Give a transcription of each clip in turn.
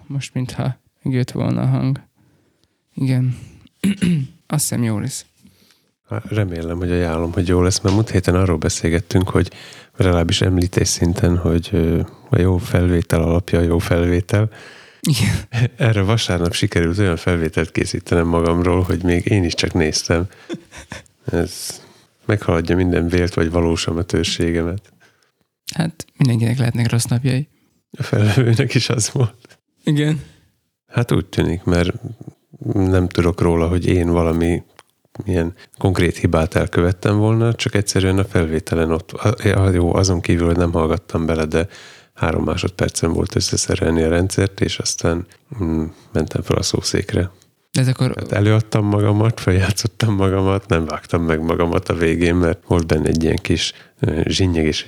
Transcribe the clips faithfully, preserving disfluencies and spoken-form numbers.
most mintha megjött volna a hang. Igen. Azt hiszem jó lesz. Remélem, hogy ajánlom, hogy jó lesz, mert múlt héten arról beszélgettünk, hogy legalábbis említés szinten, hogy a jó felvétel alapja a jó felvétel. Igen. Erre vasárnap sikerült olyan felvételt készítenem magamról, hogy még én is csak néztem. Ez meghaladja minden vélt vagy valós amatőrségemet. Hát mindenkinek lehetnek rossz napjai. A felvevőnek is az volt. Igen. Hát úgy tűnik, mert nem tudok róla, hogy én valami milyen konkrét hibát elkövettem volna, csak egyszerűen a felvételen ott, jó, azon kívül, hogy nem hallgattam bele, de három másodpercen volt összeszerelni a rendszert, és aztán mm, mentem fel a szószékre. De ez akkor... Hát előadtam magamat, feljátszottam magamat, nem vágtam meg magamat a végén, mert volt benne egy ilyen kis zsinnyegés.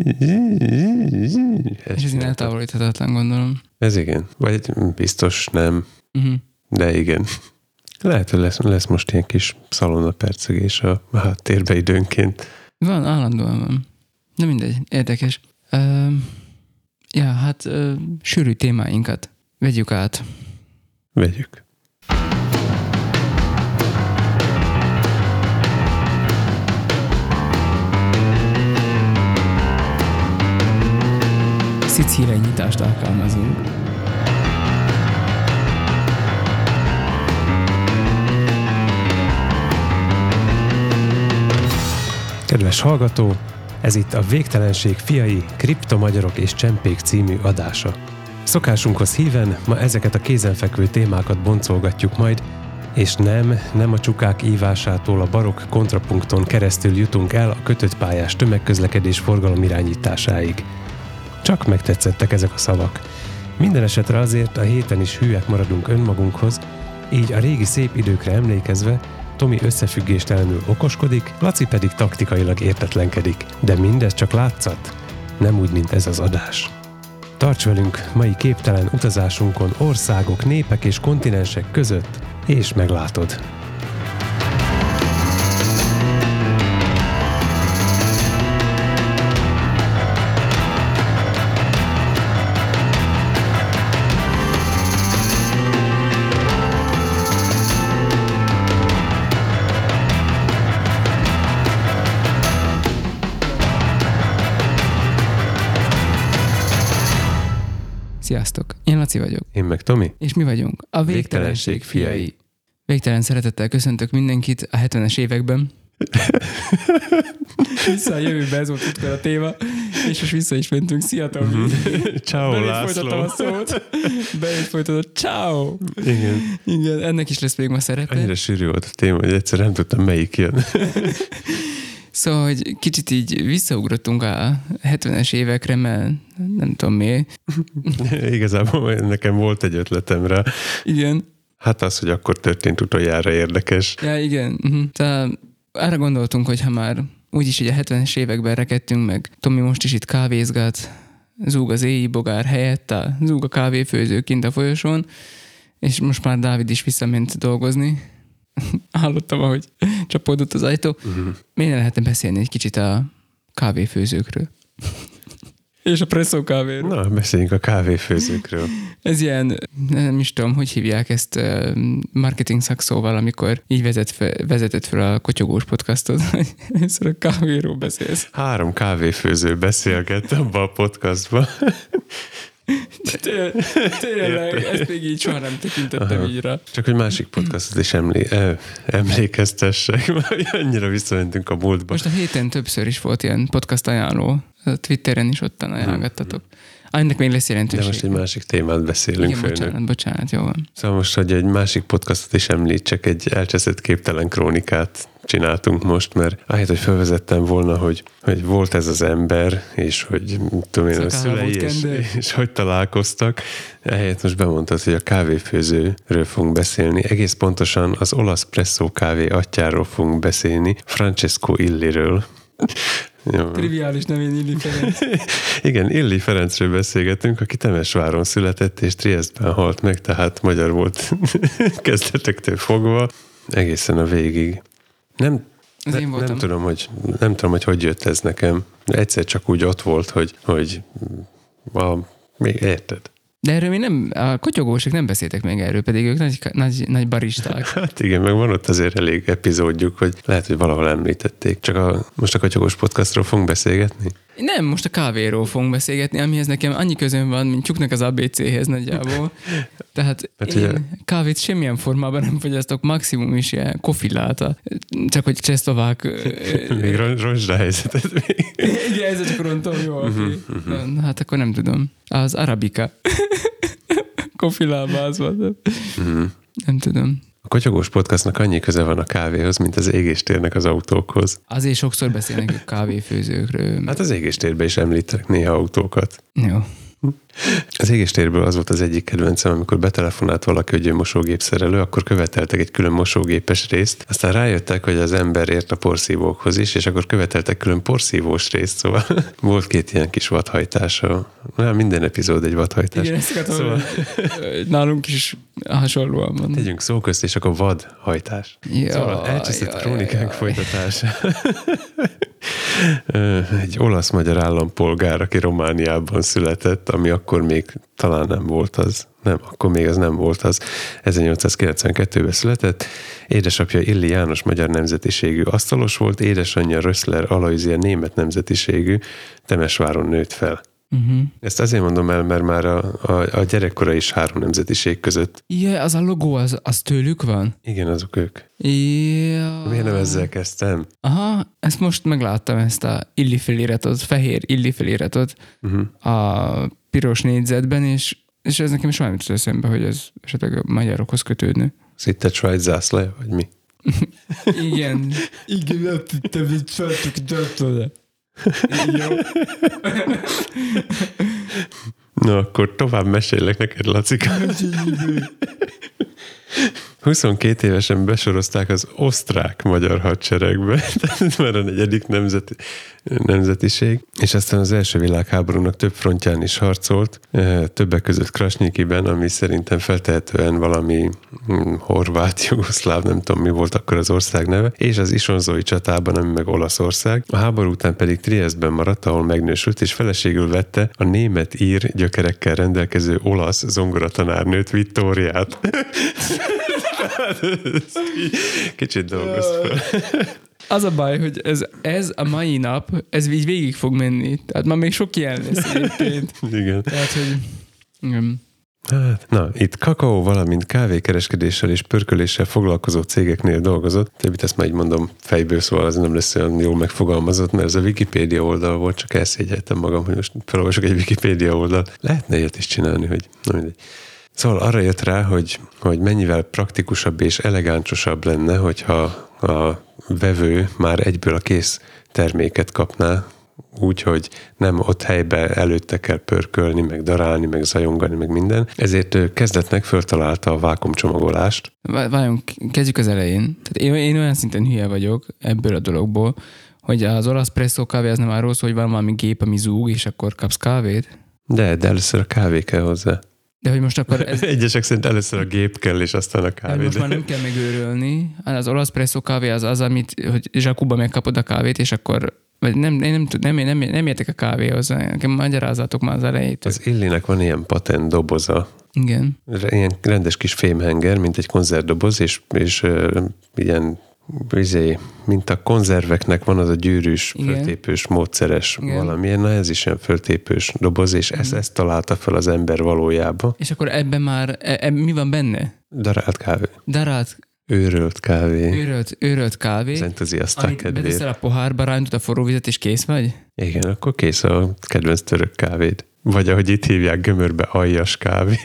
És ez én eltávolíthatatlan, gondolom. Ez igen. Vagy biztos nem, Uh-huh. de igen. Lehet, hogy lesz, lesz most ilyen kis szalonapercegés a háttérbe időnként. Van, állandóan van. De mindegy, érdekes. Uh, ja, hát uh, sűrű témáinkat vegyük át. Vegyük. Szicíliai nyitást alkalmazunk. Kedves hallgató, ez itt a Végtelenség fiai, Kriptomagyarok és Csempék című adása. Szokásunkhoz híven ma ezeket a kézenfekvő témákat boncolgatjuk majd, és nem, nem a csukák ívásától a barokk kontrapunkton keresztül jutunk el a kötött pályás tömegközlekedés forgalom irányításáig. Csak megtetszettek ezek a szavak. Minden esetre azért a héten is hűek maradunk önmagunkhoz, így a régi szép időkre emlékezve Tomi összefüggéstelenül okoskodik, Laci pedig taktikailag értetlenkedik. De mindez csak látszat, nem úgy, mint ez az adás. Tarts velünk mai képtelen utazásunkon országok, népek és kontinensek között, és meglátod. Sziasztok, én Laci vagyok. Én meg Tomi. És mi vagyunk a Végtelenség fiai. Végtelen szeretettel köszöntök mindenkit a hetvenes években. Vissza a jövőbe, ez volt itt a téma, és most vissza is mentünk. Szia, Tomi! Ciao, László! Folytattam a szót. Bejött folytatott. Ciao! Igen. Igen, ennek is lesz még ma szerepe. Annyira sűrű volt a téma, hogy egyszer nem tudtam, melyik jön. Szóval, hogy kicsit így visszaugrottunk a hetvenes évekre, mert nem tudom mi. Igazából nekem volt egy ötletem rá. Igen. Hát az, hogy akkor történt utoljára érdekes. Ja, igen. Uh-huh. Tehát arra gondoltunk, hogy ha már úgyis így a hetvenes években rekedtünk meg, Tomi most is itt kávézgat, zúg az éji bogár helyett, a zúg a kávéfőző kint a folyosón, és most már Dávid is visszament dolgozni. Hallottam, ahogy csapódott az ajtó. Uh-huh. Miért lehetne beszélni egy kicsit a kávéfőzőkről? És a presszó kávéról. Na, beszéljünk a kávéfőzőkről. Ez ilyen, nem is tudom, hogy hívják ezt marketing szakszóval, amikor így vezet fel, vezetett fel a Kotyogós podcastot, hogy először a kávéról beszélsz. Három kávéfőző beszélgett abban a podcastban. Tényleg, ezt még így soha nem tekintettem így rá. Csak hogy másik podcastot is emlé- emlékeztessek, mert annyira visszamentünk a múltba. Most a héten többször is volt ilyen podcast ajánló. A Twitteren is ottan ajánlgattatok. Ah, ennek még lesz jelentőség. De most egy másik témát beszélünk. Igen, bocsánat, bocsánat, jó van. Szóval most, hogy egy másik podcastot is említsek, egy elcseszett képtelen krónikát csináltunk most, mert ahelyett, hogy felvezettem volna, hogy, hogy volt ez az ember, és hogy tudom én, a szülei, és, és hogy találkoztak, ehelyett most bemondtad, hogy a kávéfőzőről fogunk beszélni. Egész pontosan az olasz presszó kávé atyáról fogunk beszélni, Francesco Illiről. Jó. Triviális nevén Illi Ferenc. Igen, Illi Ferencről beszélgetünk, aki Temesváron született, és Triesztben halt meg, tehát magyar volt kezdetektől fogva, egészen a végig. Nem, ne, nem, tudom, hogy, nem tudom, hogy hogy jött ez nekem. Egyszer csak úgy ott volt, hogy, hogy a, még érted. De erről mi nem, a kotyogósok nem beszéltek még erről, pedig ők nagy, nagy, nagy baristák. Hát igen, meg van ott azért elég epizódjuk, hogy lehet, hogy valahol említették. Csak a, most a kotyogós podcastról fogunk beszélgetni? Nem, most a kávéról fogunk beszélgetni, amihez nekem annyi közön van, mint Csuknak az á bé céhez nagyjából. Tehát hát én ugye... kávét semmilyen formában nem fogyasztok, maximum is ilyen kofiláta. Csak hogy csehszlovák... még roncsd a helyzetet még. Igen, ez csak rontom jól. Uh-huh, uh-huh. Hát akkor nem tudom. Az arabika. Kofilába az volt. Uh-huh. Nem tudom. A kotyogós podcastnak annyi köze van a kávéhoz, mint az égéstérnek az autókhoz. Azért sokszor beszélnek ők kávéfőzőkről. Hát az égéstérben is említek néha autókat. Jó. Az égéstérből az volt az egyik kedvencem, amikor betelefonált valaki, hogy ő mosógépszerelő, akkor követeltek egy külön mosógépes részt, aztán rájöttek, hogy az ember ért a porszívókhoz is, és akkor követeltek külön porszívós részt, szóval volt két ilyen kis vadhajtása. Na, minden epizód egy vadhajtás. Igen, ezt akartam, szóval... nálunk is hasonlóan van. Tegyünk szó közt, és akkor vadhajtás. Ja, szóval elcseszett ja, krónikánk ja, folytatása. Egy olasz-magyar állampolgár, aki Romániában született, ami akkor még talán nem volt az. Nem, akkor még az nem volt az. ezernyolcszázkilencvenkettőben született. Édesapja Illi János magyar nemzetiségű asztalos volt, édesanyja Röszler Alajzia német nemzetiségű, Temesváron nőtt fel. Uh-huh. Ezt azért mondom el, mert már a, a, a gyerekkora is három nemzetiség között. Ja, az a logó, az, az tőlük van? Igen, azok ők. Ja. Miért nem ezzel kezdtem? Aha, ezt most megláttam, ezt a Illi feliratot, fehér Illi feliratot uh-huh. a piros négyzetben, és, és ez nekem is valamit jutott eszembe, hogy ez esetleg a magyarokhoz kötődne. Ez itt egy Svájc zászlaja, vagy mi? Igen. Igen, azt hittem, hogy csak gyartod. Jó. Na, akkor tovább mesélek neked, Lacika. huszonkét évesen besorozták az osztrák-magyar hadseregbe, tehát már a negyedik nemzeti, nemzetiség, és aztán az első világháborúnak több frontján is harcolt, többek között Krasnyikiben, ami szerintem feltehetően valami horvát, jugoszláv, nem tudom mi volt akkor az ország neve, és az Isonzói csatában, ami meg Olaszország. A háború után pedig Triesztben maradt, ahol megnősült, és feleségül vette a német-ír gyökerekkel rendelkező olasz zongoratanárnőt, Vittóriát. Kicsit dolgozt fel. Az a baj, hogy ez, ez a mai nap, ez így végig fog menni. Tehát már még sok ilyen lesz egyébként. Igen. Tehát, hogy... Igen. Hát, na, itt kakaó, valamint kávékereskedéssel és pörköléssel foglalkozó cégeknél dolgozott. Többit ezt már így mondom fejből, szóval az nem lesz olyan jól megfogalmazott, mert ez a Wikipédia oldal volt, csak elszégyeltem magam, hogy most felolvasok egy Wikipédia oldal. Lehetne ilyet is csinálni, hogy na mindegy. Szóval arra jött rá, hogy, hogy mennyivel praktikusabb és elegáncosabb lenne, hogyha a vevő már egyből a kész terméket kapná, úgyhogy nem ott helyben előtte kell pörkölni, meg darálni, meg zajongani, meg minden. Ezért ő kezdetnek föltalálta a vákuumcsomagolást. Várjunk, kezdjük az elején. Tehát én, én olyan szinten hülye vagyok ebből a dologból, hogy az olasz presszó kávé az nem arról szól, hogy van valami gép, ami zúg, és akkor kapsz kávét? De, de először a kávé kell hozzá. De hogy most akkor ez... Egyesek szerint először a gép kell, és aztán a kávé. Most már nem kell megőrölni. Az olasz presszó kávé az az, amit, hogy zsakuba megkapod a kávét, és akkor vagy nem, én nem, nem, nem, nem, nem értek a kávéhoz. Nekem magyarázatok már az elejétől. Az Illinek van ilyen patent doboza. Igen. Ilyen rendes kis fémhenger, mint egy konzervdoboz, és, és uh, ilyen izé, mint a konzerveknek van az a gyűrűs, igen, föltépős, módszeres, igen, valamilyen, na ez is ilyen föltépős doboz, és ezt, ezt találta fel az ember valójában. És akkor ebben már, e, e, mi van benne? Darált kávé. Darált Őrölt kávé. Őrölt, őrölt kávé. Az entuziaszták amit kedvéért. Beteszel a pohárba, rántod a forró vizet, és kész vagy? Igen, akkor kész a kedvenc török kávéd. Vagy ahogy itt hívják gömörbe, aljas kávé.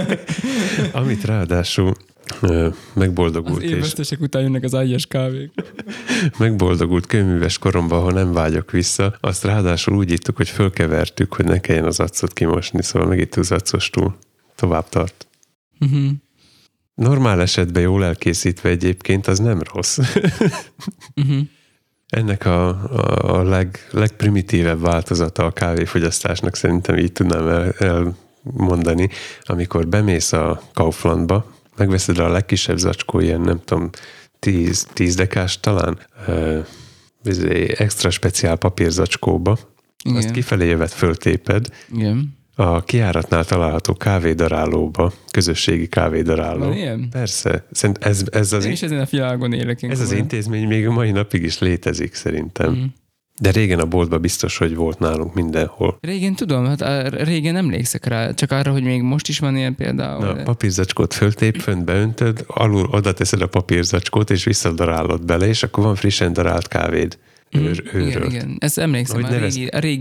Amit ráadásul megboldogult. Az évesztesek után jönnek az aljas kávék. Megboldogult kőműves koromban, ha nem vágyok vissza, azt ráadásul úgy ittuk, hogy fölkevertük, hogy ne kelljen az accot kimosni, szóval megittuk az accostól. Tovább tart. Uh-huh. Normál esetben jól elkészítve egyébként, az nem rossz. uh-huh. Ennek a, a, a leg, legprimitívebb változata a kávéfogyasztásnak szerintem így tudnám el, elmondani, amikor bemész a Kauflandba, megveszed a legkisebb zacskó, ilyen nem tudom, tíz, tíz dekás talán, uh, extra speciál papírzacskóba, igen, azt kifelé jövet föltéped, igen, A kijáratnál található kávédarálóba, közösségi kávédaráló. Van ilyen? Persze. Szerintem ez, ez az, Én is ezen a világon élek. ez az intézmény még a mai napig is létezik szerintem. Mm. De régen a boltban biztos, hogy volt nálunk mindenhol. Régen tudom, hát á, régen emlékszek rá, csak arra, hogy még most is van ilyen például. Na, de... a papírzacskót föltép, fönt beöntöd, alul oda teszed a papírzacskót, és visszadarálod bele, és akkor van frissen darált kávéd. Őr, mm, igen, igen. Ezt emlékszem, a régi, a régi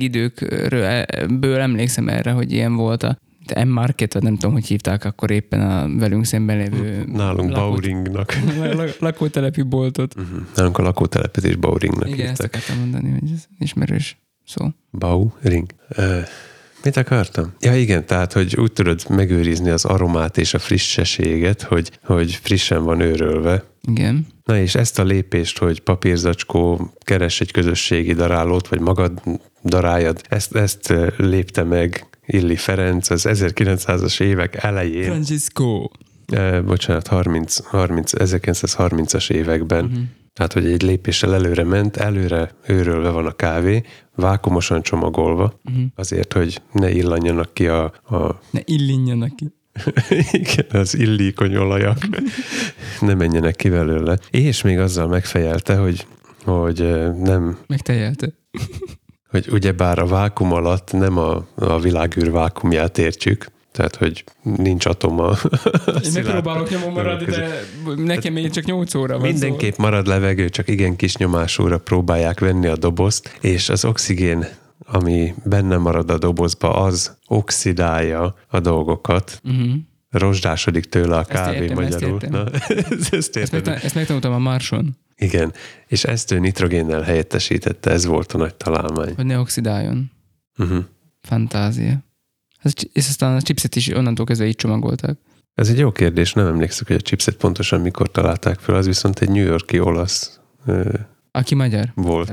időkből emlékszem erre, hogy ilyen volt a M-Market, vagy nem tudom, hogy hívták akkor éppen a velünk szemben lévő... Nálunk lakó... Bauringnak. lakótelepi boltot. Uh-huh. Nálunk a lakótelepet is Bauringnak igen, hívták. ezt akartam mondani, hogy ez ismerős szó. Bauring. Uh, mit akartam? Ja igen, tehát, hogy úgy tudod megőrizni az aromát és a frissességet, hogy, hogy frissen van őrölve. Igen. Na és ezt a lépést, hogy papírzacskó, keres egy közösségi darálót, vagy magad daráljad, ezt, ezt lépte meg Illy Ferenc az ezerkilencszázas évek elején. Francisco. Eh, bocsánat, harminc, harminc, ezerkilencszázharmincas években. Uh-huh. Tehát, hogy egy lépéssel előre ment, előre őrölve van a kávé, vákumosan csomagolva, uh-huh. azért, hogy ne illanjanak ki a... a... Ne illinjanak ki. Igen, az illékony olajak ne menjenek ki belőle. És még azzal megfejelte, hogy, hogy nem... Megtejelte. Hogy ugyebár a vákum alatt nem a, a világűr vákumját értjük, tehát, hogy nincs atoma. Én megpróbálok nyomon maradni, de nekem még csak nyolc óra van. Mindenképp szóval. Marad levegő, csak igen kis nyomásúra próbálják venni a dobozt, és az oxigén, ami benne marad a dobozba, az oxidálja a dolgokat. Uh-huh. Rozsdásodik tőle a kávé értem, magyarul. Ezt, Na, ezt, ezt, meg, ezt megtanultam a Marson. Igen, és ezt ő nitrogénnel helyettesítette, ez volt a nagy találmány. Hogy ne oxidáljon. Uh-huh. Fantázia. És aztán a chipset is onnantól kezdve így csomagolták. Ez egy jó kérdés, nem emlékszek, hogy a chipset pontosan mikor találták fel, az viszont egy New York-i olasz aki magyar? Volt.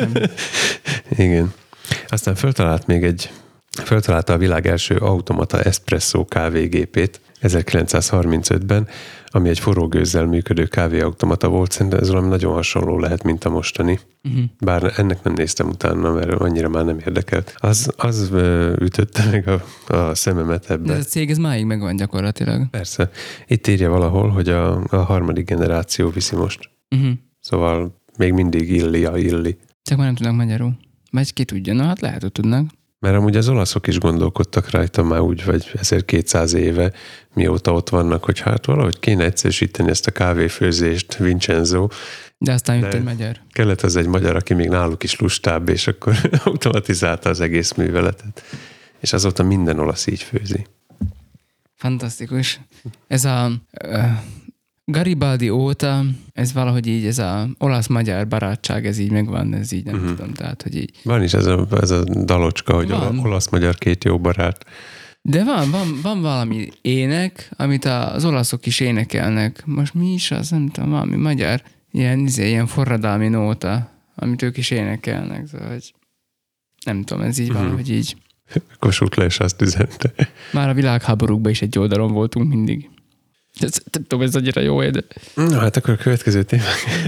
Igen. Aztán föltalált még egy, föltalálta a világ első automata espresso kávégépét ezerkilencszázharmincötben, ami egy forrógőzzel működő kávéautomata volt. Szerintem ez valami nagyon hasonló lehet, mint a mostani. Uh-huh. Bár ennek nem néztem utána, mert annyira már nem érdekelt. Az, az ütötte meg a, a szememet ebbe. De ez a cég, ez máig megvan gyakorlatilag. Persze. Itt írja valahol, hogy a, a harmadik generáció viszi most. Uh-huh. Szóval még mindig illi a illi. Csak már nem tudnak magyarul. Vagy ki tudja, na hát lehet, hogy tudnak. Mert amúgy az olaszok is gondolkodtak rajta már úgy, vagy ezerkétszáz éve, mióta ott vannak, hogy hát valahogy kéne egyszerűsíteni ezt a kávéfőzést, Vincenzo. De aztán jött egy magyar. Kellett az egy magyar, aki még náluk is lustább, és akkor automatizálta az egész műveletet. És azóta minden olasz így főzi. Fantasztikus. Ez a... Uh... Garibaldi óta, ez valahogy így, ez a olasz-magyar barátság, ez így megvan, ez így nem uh-huh. tudom, tehát, hogy így. Van is ez a, ez a dalocska, hogy van. Olasz-magyar két jó barát. De van, van, van valami ének, amit az olaszok is énekelnek. Most mi is az, nem tudom, valami magyar, ilyen, izé, ilyen forradalmi nóta, amit ők is énekelnek, szóval, hogy nem tudom, ez így uh-huh. valahogy így. Kossuth Lajos azt üzente. Már a világháborúkban is egy oldalon voltunk mindig. Ez, nem tudom, ez annyira jó, de... Na, hát akkor a következő témák.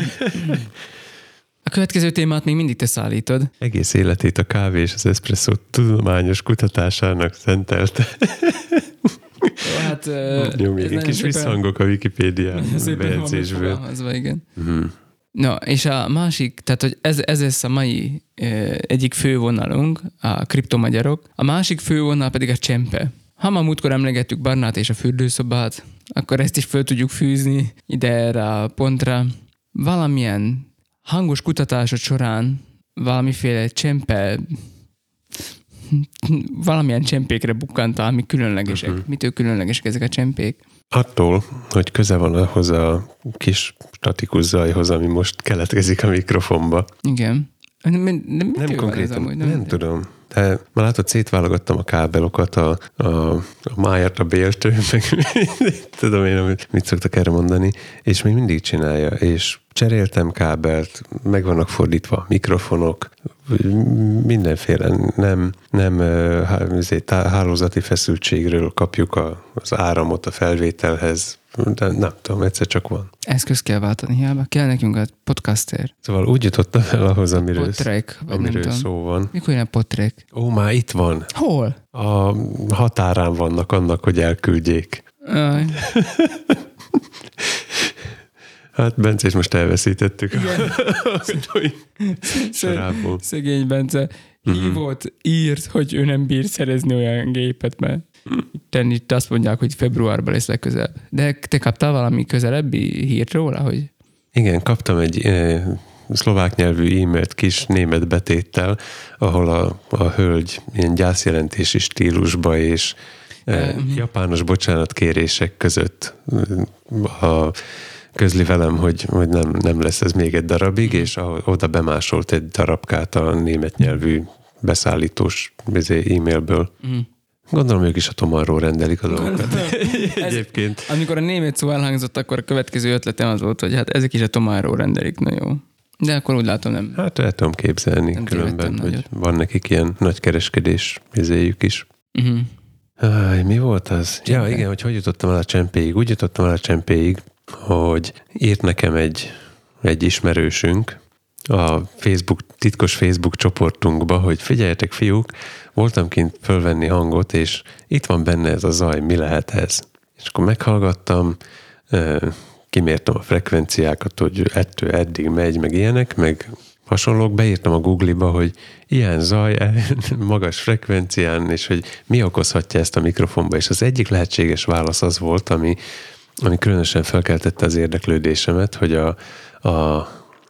A következő témát még mindig te szállítod. Egész életét a kávé és az eszpresszó tudományos kutatásának szentelte. Jó, hát... Jó, még egy kis szépen... visszhangok a Wikipédia bejegyzésből. Igen. Uh-huh. No, és a másik, tehát hogy ez, ez lesz a mai eh, egyik fővonalunk, a kriptomagyarok. A másik fővonal pedig a csempe. Ha ma múltkor emlegettük Barnát és a fürdőszobát, akkor ezt is föl tudjuk fűzni ide erre a pontra. Valamilyen hangos kutatásod során valamiféle csempe, valamilyen csempékre bukkantál, ami különlegesek. Uh-huh. Mitől különlegesek ezek a csempék? Attól, hogy köze van ahhoz a kis statikus zajhoz, ami most keletkezik a mikrofonba. Igen. De, de nem konkrétan, nem, nem, nem tudom. De már látod, szétválogattam a kábelokat, a, a, a májat, a béltő, meg tudom én, mit szoktak erre mondani, és még mindig csinálja, és cseréltem kábelt, meg vannak fordítva a mikrofonok, mindenféle nem, nem hálózati feszültségről kapjuk a, az áramot a felvételhez, de nem tudom, egyszer csak van. Eszköz kell váltani, hiába kell nekünk a podcaster. Szóval úgy jutottam el ahhoz, amiről, Potrek, amiről szó van. Mikor jön a potrek? Ó, már itt van. Hol? A határán vannak annak, hogy elküldjék. Aj. Hát Bencét most elveszítettük. Igen. Sorából. Szegény Bence hívott, uh-huh. írt, hogy ő nem bír szerezni olyan gépet, mert itten itt azt mondják, hogy februárban lesz legközelebb. De te kaptál valami közelebbi hírt róla, hogy... Igen, kaptam egy eh, szlovák nyelvű e-mailt kis német betéttel, ahol a, a hölgy ilyen gyászjelentési stílusba és eh, uh-huh. japános bocsánatkérések között a közli velem, hogy, hogy nem, nem lesz ez még egy darabig, és oda bemásolt egy darabkát a német nyelvű beszállítós e-mailből. Mm. Gondolom, ők is a Tomarról rendelik a dolgokat. Egyébként. Ez, amikor a német szó elhangzott, akkor a következő ötletem az volt, hogy hát ezek is a Tomarról rendelik, na jó. De akkor úgy látom nem. Hát el tudom képzelni nem különben, hogy nagyot. Van nekik ilyen nagy kereskedés vizéjük is. Uh-huh. Aj, mi volt az? Csempe. Ja, igen, hogy hogy jutottam el a csempéig. Úgy jutottam el a csempéig, hogy írt nekem egy, egy ismerősünk a Facebook, titkos Facebook csoportunkba, hogy figyeljetek fiúk, voltam kint fölvenni hangot, és itt van benne ez a zaj, mi lehet ez? És akkor meghallgattam, kimértem a frekvenciákat, hogy ettől eddig megy, meg ilyenek, meg hasonlók, beírtam a Google-ba, hogy ilyen zaj, magas frekvencián, és hogy mi okozhatja ezt a mikrofonba, és az egyik lehetséges válasz az volt, ami ami különösen felkeltette az érdeklődésemet, hogy a, a,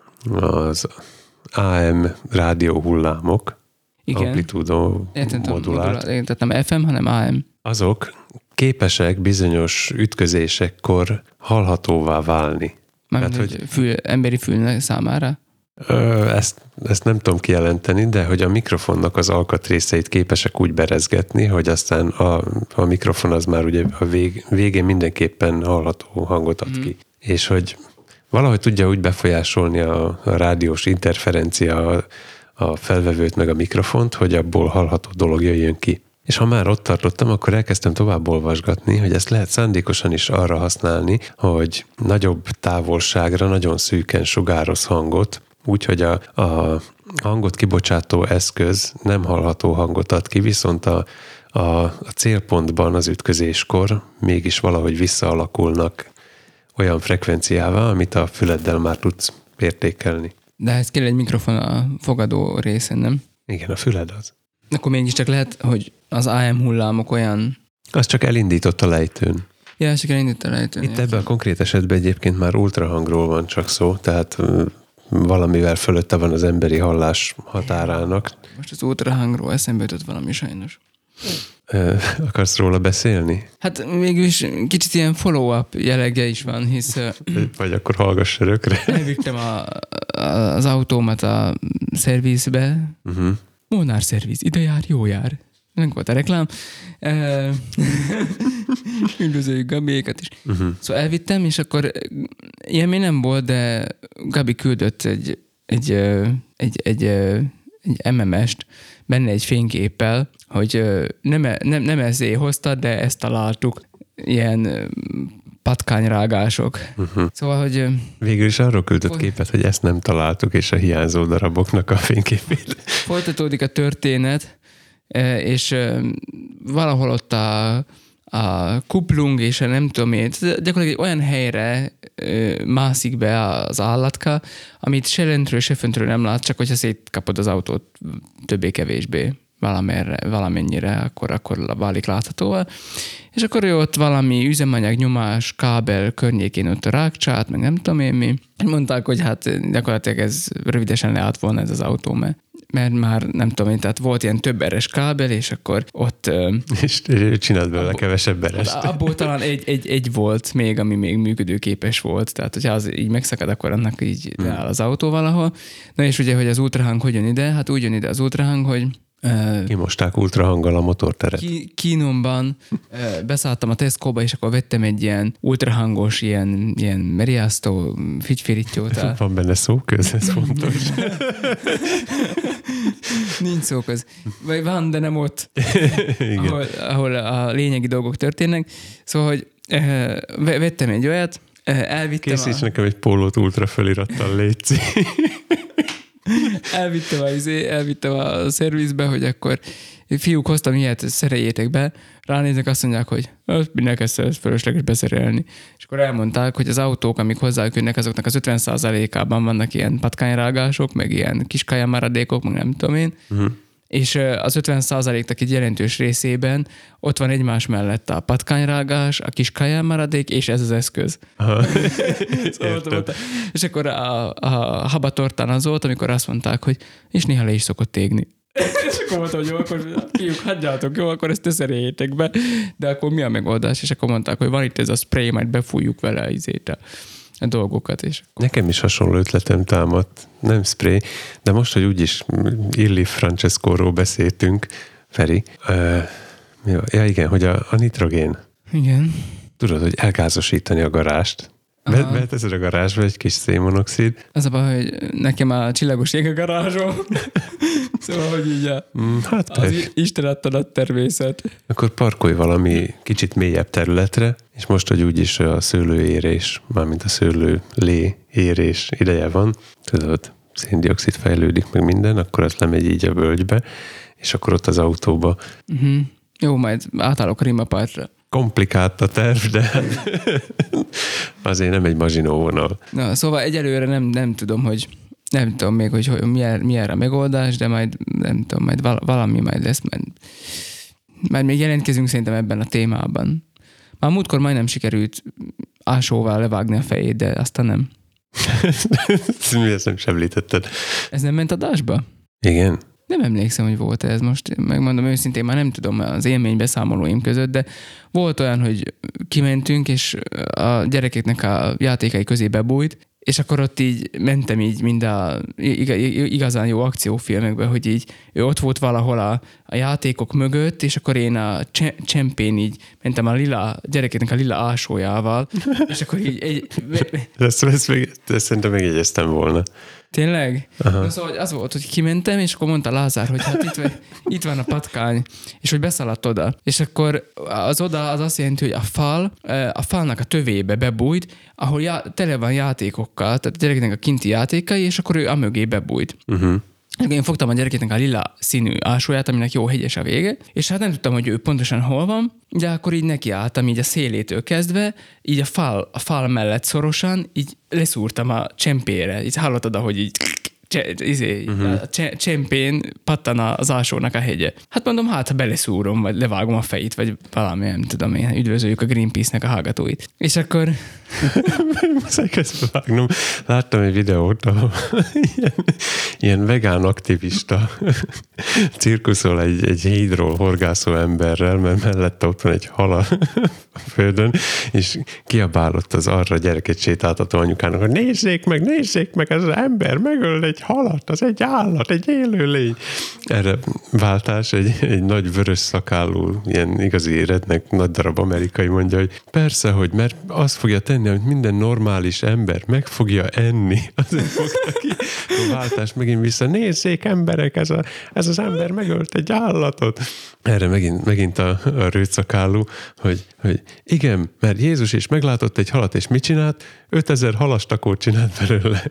az á em rádió hullámok, amplitúdó modulált, tehát nem ef em, hanem á em. Azok képesek bizonyos ütközésekkor hallhatóvá válni. Mármint, hogy, hogy fül, emberi fül számára? Ezt, ezt nem tudom kijelenteni, de hogy a mikrofonnak az alkatrészeit képesek úgy berezgetni, hogy aztán a, a mikrofon az már ugye a vég, végén mindenképpen hallható hangot ad ki. Mm. És hogy valahogy tudja úgy befolyásolni a, a rádiós interferencia a, a felvevőt meg a mikrofont, hogy abból hallható dolog jöjjön ki. És ha már ott tartottam, akkor elkezdtem tovább olvasgatni, hogy ezt lehet szándékosan is arra használni, hogy nagyobb távolságra, nagyon szűken sugároz hangot, úgyhogy a, a hangot kibocsátó eszköz nem hallható hangot ad ki, viszont a, a, a célpontban az ütközéskor mégis valahogy visszaalakulnak olyan frekvenciával, amit a füleddel már tudsz értékelni. De ez kell egy mikrofon a fogadó részen, nem? Igen, a füled az. Akkor mégiscsak lehet, hogy az á em hullámok olyan... Az csak elindított a lejtőn. Ja, csak elindított a lejtőn. Itt ebben a konkrét esetben egyébként már ultrahangról van csak szó, tehát valamivel fölötte van az emberi hallás határának. Most az ultrahangról eszembe jutott valami sajnos. Akarsz róla beszélni? Hát mégis kicsit ilyen follow-up jellegje is van, hisz... Vagy akkor hallgass örökre. Elvittem a, a, az autómat a szervizbe. Uh-huh. Molnár szerviz, ide jár, jó jár. Nem volt a reklám. Üldözőjük Gabiékat is. Uh-huh. Szóval elvittem, és akkor ilyen még nem volt, de Gabi küldött egy, egy, egy, egy, egy em em est, benne egy fényképpel, hogy nem, nem, nem ezért hoztad, de ezt találtuk. Ilyen patkányrágások. Uh-huh. Szóval, hogy... Végül is arról küldött képet, hogy ezt nem találtuk, és a hiányzó daraboknak a fényképét. Folytatódik a történet, és valahol ott a, a kuplung, és a nem tudom én, gyakorlatilag egy olyan helyre mászik be az állatka, amit se lentről, se föntről nem lát, csak hogyha szétkapod az autót többé-kevésbé valamerre, valamennyire, akkor, akkor válik láthatóval. És akkor ő ott valami üzemanyag, nyomás, kábel környékén ott a rákcsát, meg nem tudom én mi. Mondták, hogy hát gyakorlatilag ez rövidesen leállt volna ez az autó, mert, mert már nem tudom én, tehát volt ilyen több eres kábel, és akkor ott... És csinált belőle abból, kevesebb erest. Abból talán egy, egy, egy volt még, ami még működőképes volt, tehát hogyha az így megszakad, akkor annak így leáll az autó valahol. Na és ugye, hogy az ultrahang hogy jön ide? Hát úgy jön ide az ultrahang, hogy Kimosták ultrahanggal a motorteret. Ki, Kínomban beszálltam a Tesco-ba, és akkor vettem egy ilyen ultrahangos, ilyen, ilyen meriasztó figyférittyót. Van benne szóköz, ez fontos. Nincs szóköz. Vagy van, de nem ott, ahol, ahol a lényegi dolgok történnek. Szóval, hogy vettem egy olyat, elvittem Készíts a... nekem egy pólót ultra felirattal, létszi. elvittem, a, elvittem a szervizbe, hogy akkor fiúk, hoztam ilyet, szereljétek be. Ránéznek, azt mondják, hogy minek ezt, ezt fölösleges beszerelni. És akkor elmondták, hogy az autók, amik hozzájuk jönnek, azoknak az ötven százalékában vannak ilyen patkányrágások, meg ilyen kiskályamaradékok, meg nem tudom én. Uh-huh. És az ötven százaléknak egy jelentős részében ott van egymás mellett a patkányrágás, a kis kajámaradék, és ez az eszköz. Szóval és akkor a, a habatortán az volt, amikor azt mondták, hogy és néha le is szokott égni. És akkor mondtam, hogy jó, akkor fiúk, hagyjátok, jó, akkor ezt összeréljétek be. De akkor mi a megoldás? És akkor mondták, hogy van itt ez a spray, majd befújjuk vele izét a, a dolgokat. És akkor... Nekem is hasonló ötletem támadt, nem spray, de most, hogy úgyis Illi Francescóról beszéltünk, Feri, uh, ja igen, hogy a, a nitrogén. Igen. Tudod, hogy elgázosítani a garást. Be, beteszed a garázsba egy kis szénmonoxid. Az a baj, hogy nekem a csillagos ég a garázsom. Szóval, hogy így a, mm, hát az Isten adta nagy természet. Akkor parkolj valami kicsit mélyebb területre, és most, hogy úgyis a szőlőérés, mármint a szőlőlé érés ideje van, tudod, széndioxid fejlődik meg minden, akkor az lemegy így a völgybe, és akkor ott az autóba. Uh-huh. Jó, majd átállok a rimapártra. Komplikált a terv, de azért nem egy mazsinó vonal. Na, szóval egyelőre nem, nem tudom, hogy nem tudom még, hogy, hogy milyen, milyen a megoldás, de majd nem tudom, majd valami majd lesz, majd, majd még jelentkezünk szerintem ebben a témában. Már múltkor majdnem sikerült ásóval levágni a fejét, de aztán nem. Mi ezt nem semlítetted? Ez nem ment adásba? Igen. Nem emlékszem, hogy volt ez most. Megmondom őszintén, már nem tudom az élménybeszámolóim között, de volt olyan, hogy kimentünk, és a gyerekeknek a játékai közé bebújt, és akkor ott így mentem így mind a igazán jó akciófilmekben, hogy így ő ott volt valahol a, a játékok mögött, és akkor én a csempén így mentem a lila, gyerekeknek a lila ásójával, és akkor így... Egy, ezt, ezt, még, ezt szerintem megjegyeztem volna. Tényleg? Na, szóval az volt, hogy kimentem, és akkor mondta Lázár, hogy hát itt, itt van a patkány, és hogy beszaladt oda. És akkor az oda az azt jelenti, hogy a fal, a falnak a tövébe bebújt, ahol já- tele van játékokkal, tehát a gyerekeknek a kinti játékai, és akkor ő amögé bebújt. Uh-huh. Én fogtam a gyerekeknek a lila színű ásóját, aminek jó hegyes a vége, és hát nem tudtam, hogy ő pontosan hol van, de akkor így nekiálltam így a szélétől kezdve, így a fal, a fal mellett szorosan, így leszúrtam a csempére. Így hallottad, ahogy így cse, izé, uh-huh. a cse, csempén pattan az ásónak a hegye. Hát mondom, hát ha beleszúrom, vagy levágom a fejét, vagy valami, nem tudom én, üdvözöljük a Greenpeace-nek a hallgatóit. És akkor... Muszáj közben vágnom. Láttam egy videót, ahol ilyen, ilyen vegán aktivista cirkuszol egy, egy hídról horgászó emberrel, mert mellette ott van egy hal a földön, és kiabálott az arra gyereket sétáltató anyukának, hogy nézzék meg, nézzék meg, ez az ember megöl egy halat, az egy állat, egy élőlény. Erre váltás egy, egy nagy vörös szakállú, ilyen igazi rednek nagy darab amerikai mondja, hogy persze, hogy mert azt fogja tenni, hogy minden normális ember meg fogja enni. Azért fogta ki a váltás megint vissza. Nézzék emberek, ez, a, ez az ember megölt egy állatot. Erre megint, megint a, a rőtszakállú, hogy, hogy igen, mert Jézus is meglátott egy halat, és mit csinált? ötezer halastakót csinált belőle.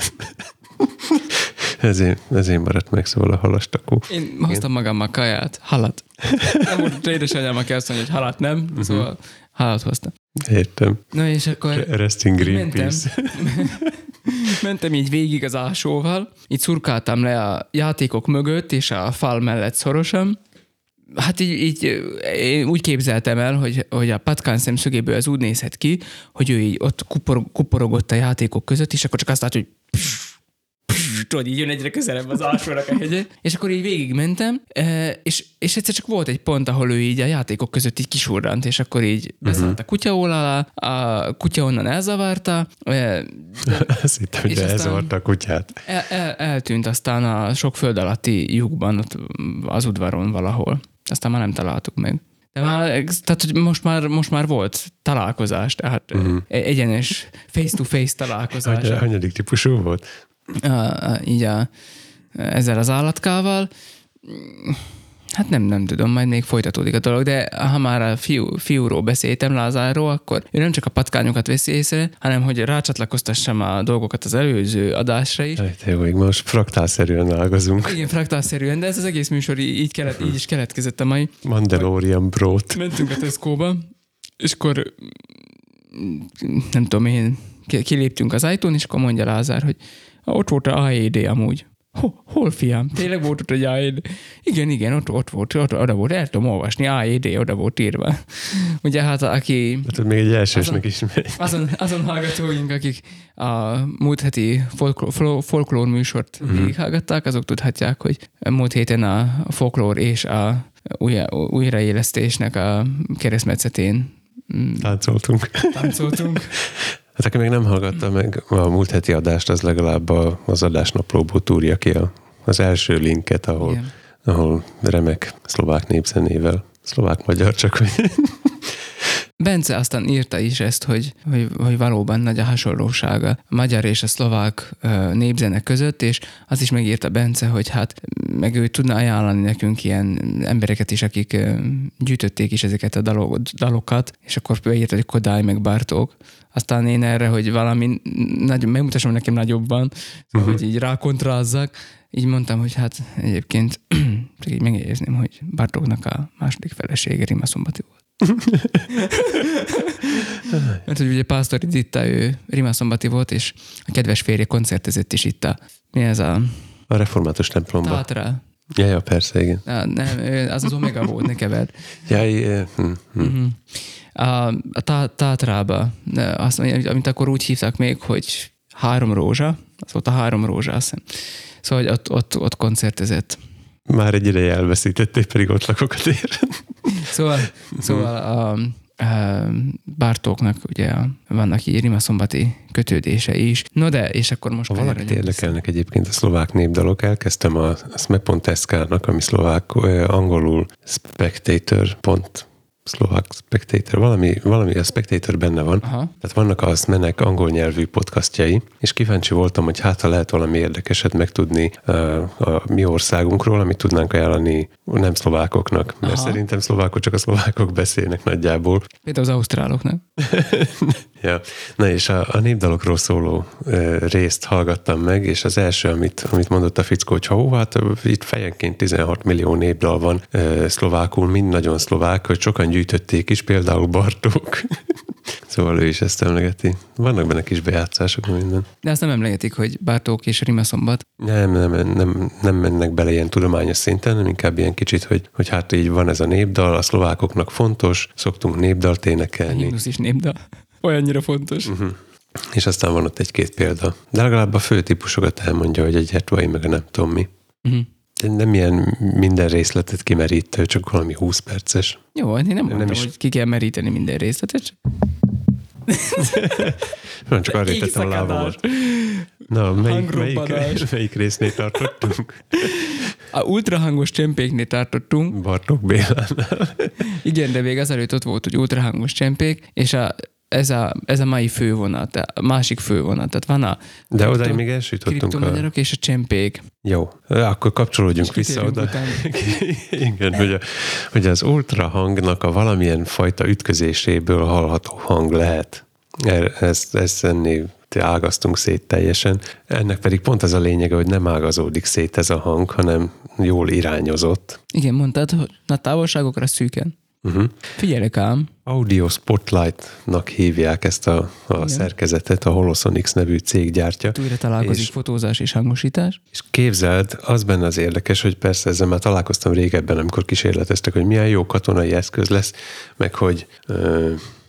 Ezért, ezért maradt meg szóval a halastakó. Én hoztam magammal kaját, halat. Nem volt édesanyám, aki azt mondja, hogy halat nem, uh-huh. Szóval halat hoztam. Értem. Na és akkor... Resting Greenpeace. Mentem, mentem így végig az ásóval, így szurkáltam le a játékok mögött, és a fal mellett szorosan. Hát így, így én úgy képzeltem el, hogy, hogy a patkány szemszögéből ez úgy nézhet ki, hogy ő így ott kupor, kuporogott a játékok között, és akkor csak azt látja, hogy tudod, így jön egyre közelebb az alsónak a hegye. És akkor így végigmentem, és, és egyszer csak volt egy pont, ahol ő így a játékok között így kisurrant, és akkor így beszállt a kutyaól alá, a kutya onnan elzavarta. De, azt hittem, hogy elzavarta a kutyát. El, el, eltűnt aztán a sok föld alatti lyukban, ott az udvaron valahol. Aztán már nem találtuk meg. De már, tehát hogy most már, most már volt találkozás, tehát uh-huh. egyenes face-to-face találkozás. Hanyadik típusú volt? A, a, így a, ezzel az állatkával. Hát nem, nem tudom, majd még folytatódik a dolog, de ha már a fiú, fiúról beszéltem, Lázárról, akkor ő nem csak a patkányokat veszi észre, hanem hogy rácsatlakoztassam a dolgokat az előző adásra is. Hát jó, még most fraktálszerűen ágazunk. Igen, fraktálszerűen, de ez az egész műsor így, kelet, így is keletkezett a mai. Mandalorian brót. Mentünk a Tesco-ba, és akkor nem tudom én, kiléptünk az ajtón, és akkor mondja Lázár, hogy ott volt a á é dé amúgy. Hol, hol fiam? Tényleg volt ott egy á é dé? Igen, igen, ott, ott volt, ott, oda volt, el tudom olvasni, á é dé oda volt írva. Ugye hát aki... Hát még egy elsősnek is megy. Azon, azon hallgatóink, akik a múlt heti folklór, folklór műsort mm-hmm. végighallgatták, azok tudhatják, hogy múlt héten a folklór és a újra, újraélesztésnek a keresztmetszetén táncoltunk. táncoltunk. Hát aki még nem hallgatta meg a múlt heti adást, az legalább az adásnaplóból túrja ki a, az első linket, ahol, ahol remek szlovák népzenével, szlovák-magyar csak, hogy... Bence aztán írta is ezt, hogy, hogy, hogy valóban nagy a hasonlósága a magyar és a szlovák népzene között, és azt is megírta Bence, hogy hát meg ő tudna ajánlani nekünk ilyen embereket is, akik gyűjtötték is ezeket a dalokat, és akkor beírta, hogy Kodály meg Bartók. Aztán én erre, hogy valami nagy, megmutassam nekem nagyobban, szóval, uh-huh. hogy így rákontrázzak, így mondtam, hogy hát egyébként csak így megjegyezném, hogy Bartóknak a második felesége Rima Szombati volt. Mert hogy ugye Pásztori Ditta, ő Rima Szombati volt, és a kedves férje koncertezett is itt a, mi ez a... A református templomban. Tátra. Ja, ja, persze, igen. Na, nem, az az Omega volt, ne keverd. Ja, ja. Hm, hm. Uh-huh. A, a tá, Tátrába, azt, amit akkor úgy hívtak még, hogy Három Rózsa, az volt a Három Rózsa, azt hiszem. Szóval ott, ott, ott koncertezett. Már egy ideje elveszítették, pedig ott lakok a téren. Szóval, szóval a, a Bartóknak ugye vannak így Rima Szombati kötődése is. No de, és akkor most... Ha valakit érdekelnek egyébként a szlovák népdalok, elkezdtem a sme pont es ká-nak, ami szlovák, angolul spectator. Szlovák Spectator, valami, valami a Spectator benne van. Aha. Tehát vannak a SME-nek angol nyelvű podcastjai, és kíváncsi voltam, hogy hát ha lehet valami érdekeset megtudni a, a mi országunkról, amit tudnánk ajánlani nem szlovákoknak, mert Aha. szerintem szlovákok csak a szlovákok beszélnek nagyjából. Például az ausztráloknak. Ja. Na és a, a népdalokról szóló e, részt hallgattam meg, és az első, amit, amit mondott a fickó, hogy ha hát itt fejenként tizenhat millió népdal van e, szlovákul, mind nagyon szlovák, hogy sokan gyűjtötték is, például Bartók. Szóval ő is ezt emlegeti. Vannak benne kis bejátszások, minden. De azt nem emlegetik, hogy Bartók és Rima Szombat. Nem, nem, nem, nem mennek bele ilyen tudományos szinten, hanem inkább ilyen kicsit, hogy, hogy hát így van ez a népdal, a szlovákoknak fontos, szoktunk népdalt énekelni. A himnusz is népdal. Olyannyira fontos. Uh-huh. És aztán van ott egy-két példa. De legalább a fő típusokat elmondja, hogy egy hetvai, meg a nem tudom mi. Uh-huh. Nem ilyen minden részletet kimerítő, csak valami húsz perces. Jó, én nem mondtam, nem is... hogy ki kell meríteni minden részletet. Nem, csak arra tettem a lábamat. Na, melyik, melyik, melyik résznél tartottunk? A ultrahangos csempéknél tartottunk. Bartók Bélánál. Igen, de még azelőtt ott volt, hogy ultrahangos csempék, és a Ez a, ez a mai fővonat, a másik fővonat. Tehát van a de oda még elsütöttünk a... kriptomagyarok és a csempék. Jó, akkor kapcsolódjunk vissza oda. Igen, hogy, a, hogy az ultrahangnak a valamilyen fajta ütközéséből hallható hang lehet. Ezt, ezt ennél ágaztunk szét teljesen. Ennek pedig pont az a lényege, hogy nem ágazódik szét ez a hang, hanem jól irányozott. Igen, mondtad, hogy a távolságokra szűken. Uh-huh. Figyelek ám. Audio Spotlight-nak hívják ezt a, a szerkezetet, a Holosonics nevű cég gyártja. Újra találkozik és, fotózás és hangosítás. És képzeld, az benne az érdekes, hogy persze ezzel már találkoztam régebben, amikor kísérleteztek, hogy milyen jó katonai eszköz lesz, meg hogy, ö,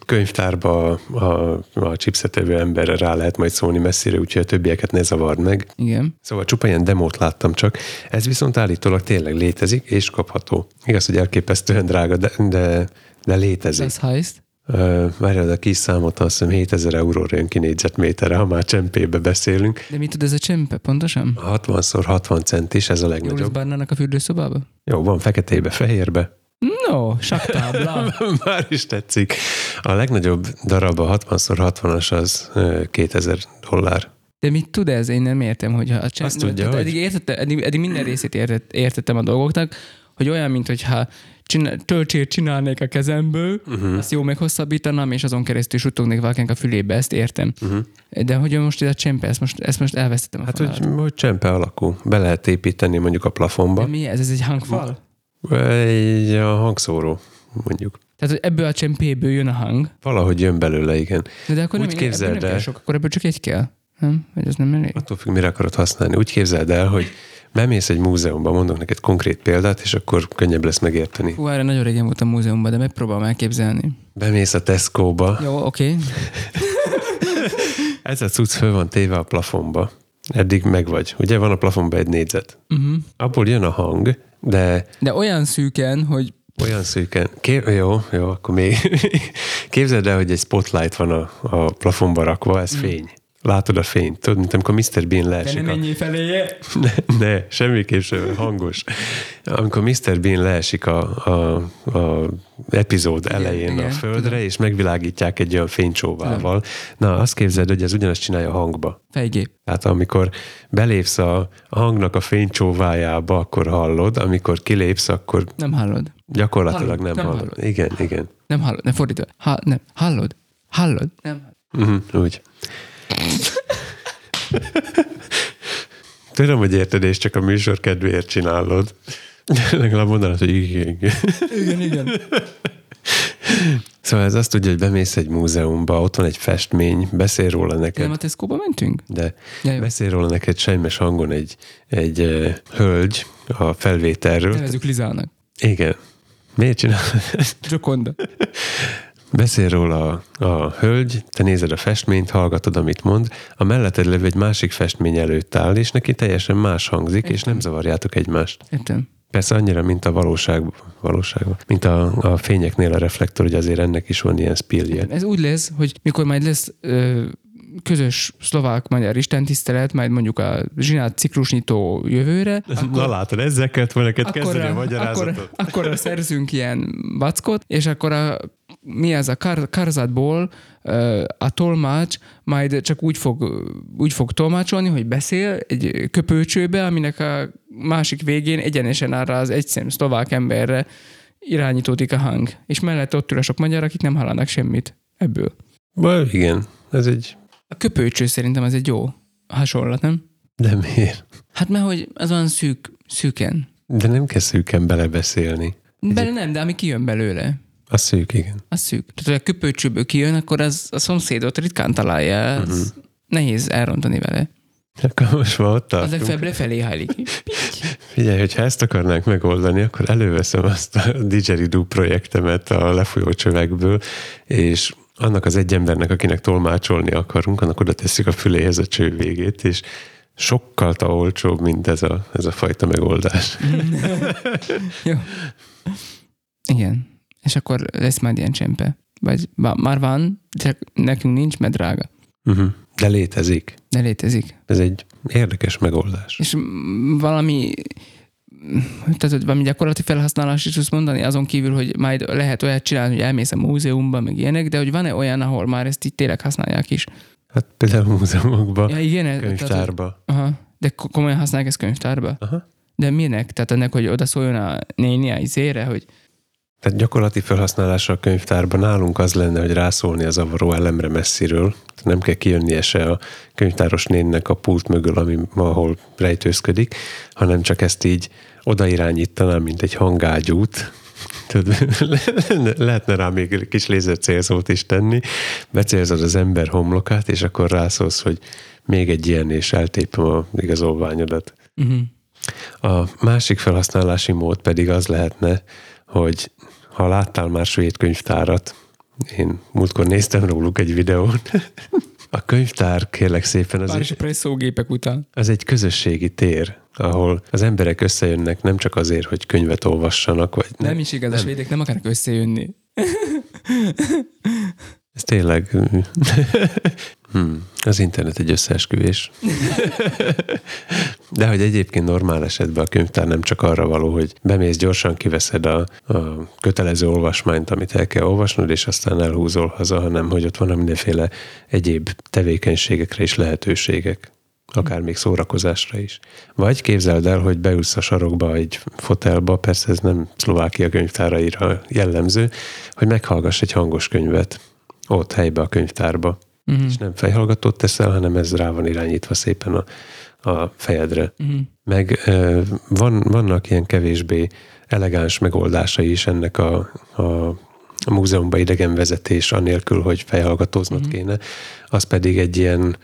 könyvtárba a, a chipsetevő emberre rá lehet majd szólni messzire, úgyhogy a többieket ne zavard meg. Igen. Szóval csupa ilyen demót láttam csak. Ez viszont állítólag tényleg létezik, és kapható. Igaz, hogy elképesztően drága, de, de, de létezik. Ez heist? Uh, Várjál, de ki számoltam, azt hiszem hétezer euróra jön ki négyzetméterre, ha már csempébe beszélünk. De mit tud ez a csempe, pontosan? hatvan szor hatvan centis, ez a Jó lesz legnagyobb. bárnának a fürdőszobába? Jó, van feketébe, fehérbe. No, saktábla. Már is tetszik. A legnagyobb darab a hatvan szor hatvanas az kétezer dollár. De mit tud ez? Én nem értem, hogy a csempe... Azt tudja, hogy... eddig, értette, eddig, eddig minden részét értett, értettem a dolgoknak, hogy olyan, mint hogyha csinál, töltsét csinálnék a kezemből, uh-huh. azt jó meghosszabbítanám, és azon keresztül suttognék valakinek a fülébe, ezt értem. Uh-huh. De hogy most ez a csempe, ezt most, ezt most elvesztettem a Hát, falálat. hogy, hogy csempe alakú. Be lehet építeni mondjuk a plafonba. De mi ez? Ez egy hangfal? Egy a hangszóró, mondjuk. Tehát, hogy ebből a csempéből jön a hang. Valahogy jön belőle, igen. De, de akkor Úgy nem, képzeld ebből nem el. kell sok, akkor ebből csak egy kell. Nem? Vagy ez nem elég? Attól függ, mire akarod használni. Úgy képzeld el, hogy bemész egy múzeumba, mondok neked konkrét példát, és akkor könnyebb lesz megérteni. Hú, erre nagyon régen voltam múzeumban, de megpróbálom elképzelni. Bemész a Tesco-ba. Jó, oké. Okay. Ez a cucc föl van téve a plafonba. Eddig meg vagy. Ugye van a plafonba egy négyzet. Uh-huh. Abból jön a hang, de... De olyan szűken, hogy... Olyan szűken. Ké- jó, jó, akkor még... Képzeld el, hogy egy spotlight van a, a plafonba rakva, ez fény. Látod a fényt. Tudod, mint amikor miszter Bean leesik. De nem menjél feléje. Ne, ne, semmiképp sem hangos. Amikor miszter Bean leesik a, a, a epizód igen, elején igen, a földre, tudom. És megvilágítják egy olyan fénycsóvával. Tudom. Na, azt képzeld, hogy ez ugyanazt csinálja a hangba. Fejgép. Tehát amikor belépsz a hangnak a fénycsóvájába, akkor hallod, amikor kilépsz, akkor... Nem hallod. Gyakorlatilag hallod, nem, nem hallod. hallod. Igen, igen. Nem hallod, nem fordítva. Ha, nem. Hallod? Hallod? Nem. Uh-huh, úgy. Tudom, hogy érted, és csak a műsor kedvéért csinálod. Legalább mondanod, hogy igen, igen. Igen, igen. Szóval ez azt tudja, hogy bemész egy múzeumba, ott van egy festmény, beszél róla neked. Nem a Tesco-ba mentünk? De ja, beszél róla neked sejmes hangon egy, egy uh, hölgy a felvételről. Nevezzük Lizának. Igen. Miért csinálod ezt? Gioconda. Beszél róla a, a hölgy, te nézed a festményt, hallgatod, amit mond, a melletted levő egy másik festmény előtt áll, és neki teljesen más hangzik, Értem. És nem zavarjátok egymást. Értem. Persze annyira, mint a valóság, valóságban, mint a, a fényeknél a reflektor, hogy azért ennek is van ilyen spillje. Ez úgy lesz, hogy mikor majd lesz ö, közös szlovák-magyar istentisztelet, majd mondjuk a zsinát ciklusnyitó jövőre. Akkor, na látod, ezzel kellett volna neked kezdeni a magyarázatot. Akkor, akkor szerzünk ilyen vackot, és akkor a, mi az a kar, karzatból a tolmács majd csak úgy fog, úgy fog tolmácsolni, hogy beszél egy köpőcsőbe, aminek a másik végén egyenesen arra az egyszem szlovák emberre irányítódik a hang. És mellett ott ül a sok magyar, akik nem hallanak semmit ebből. Ba, igen, ez egy... A köpőcső szerintem az egy jó hasonlat, nem? De miért? Hát mert hogy az olyan szűk, szűken. De nem kell szűken belebeszélni. Bele nem, de ami kijön belőle. A szűk, igen. A szűk. Tehát, hogy a köpőcsőből kijön, akkor az a szomszédot ritkán találja. Az uh-huh. nehéz elrontani vele. Akkor most már ott tartunk. Az legfeljebb lefelé hajlik. Figyelj, hogyha ezt akarnánk megoldani, akkor előveszem azt a didgeridoo projektemet a lefolyó csövekből, és annak az egy embernek, akinek tolmácsolni akarunk, annak oda tesszük a füléhez a cső végét, és sokkal olcsóbb, mint ez a, ez a fajta megoldás. Jó. Igen. És akkor lesz majd ilyen csempe. Vagy már van, csak nekünk nincs, mert drága. Uh-huh. De létezik. De létezik. Ez egy érdekes megoldás. És valami, tehát valami gyakorlati felhasználás is tudsz mondani, azon kívül, hogy majd lehet olyat csinálni, hogy elmész a múzeumba, meg ilyenek, de hogy van-e olyan, ahol már ezt így tényleg használják is? Hát például múzeumokban, ja, igen, könyvtárba. Tehát, aha, de komolyan használják ezt könyvtárba? Aha. De minek? Tehát ennek, hogy oda szóljon a néni a izére, hogy Tehát gyakorlati felhasználása a könyvtárban nálunk az lenne, hogy rászólni az zavaró elemre messziről. Nem kell kijönnie se a könyvtáros nénnek a pult mögül, ami ahol rejtőzködik, hanem csak ezt így odairányítanám, mint egy hangágyút. Lehetne rá még kis lézer célzót is tenni. Becélzod az ember homlokát, és akkor rászólsz, hogy még egy ilyen, és eltépem a igazolványodat. Uh-huh. A másik felhasználási mód pedig az lehetne, hogy ha láttál már svéd könyvtárat, Én múltkor néztem róluk egy videót. A könyvtár, kérlek szépen, az Párizsi presszógépek után. az egy közösségi tér, ahol az emberek összejönnek nem csak azért, hogy könyvet olvassanak, vagy Nem, nem is igaz, a svédek nem akarnak összejönni. Ez tényleg... hmm, az internet egy összeesküvés. De hogy egyébként normál esetben a könyvtár nem csak arra való, hogy bemész, gyorsan kiveszed a, a kötelező olvasmányt, amit el kell olvasnod, és aztán elhúzol haza, hanem hogy ott van mindenféle egyéb tevékenységekre és lehetőségek. Akár még szórakozásra is. Vagy képzeld el, hogy beülsz a sarokba egy fotelba, persze ez nem Szlovákia könyvtáraira jellemző, hogy meghallgass egy hangos könyvet ott helybe a könyvtárba. Uh-huh. És nem fejhallgatót teszel, hanem ez rá van irányítva szépen a, a fejedre. Uh-huh. Meg van, vannak ilyen kevésbé elegáns megoldásai is ennek a, a, a múzeumban idegenvezetés anélkül, hogy fejhallgatóznod uh-huh. kéne. Az pedig egy ilyen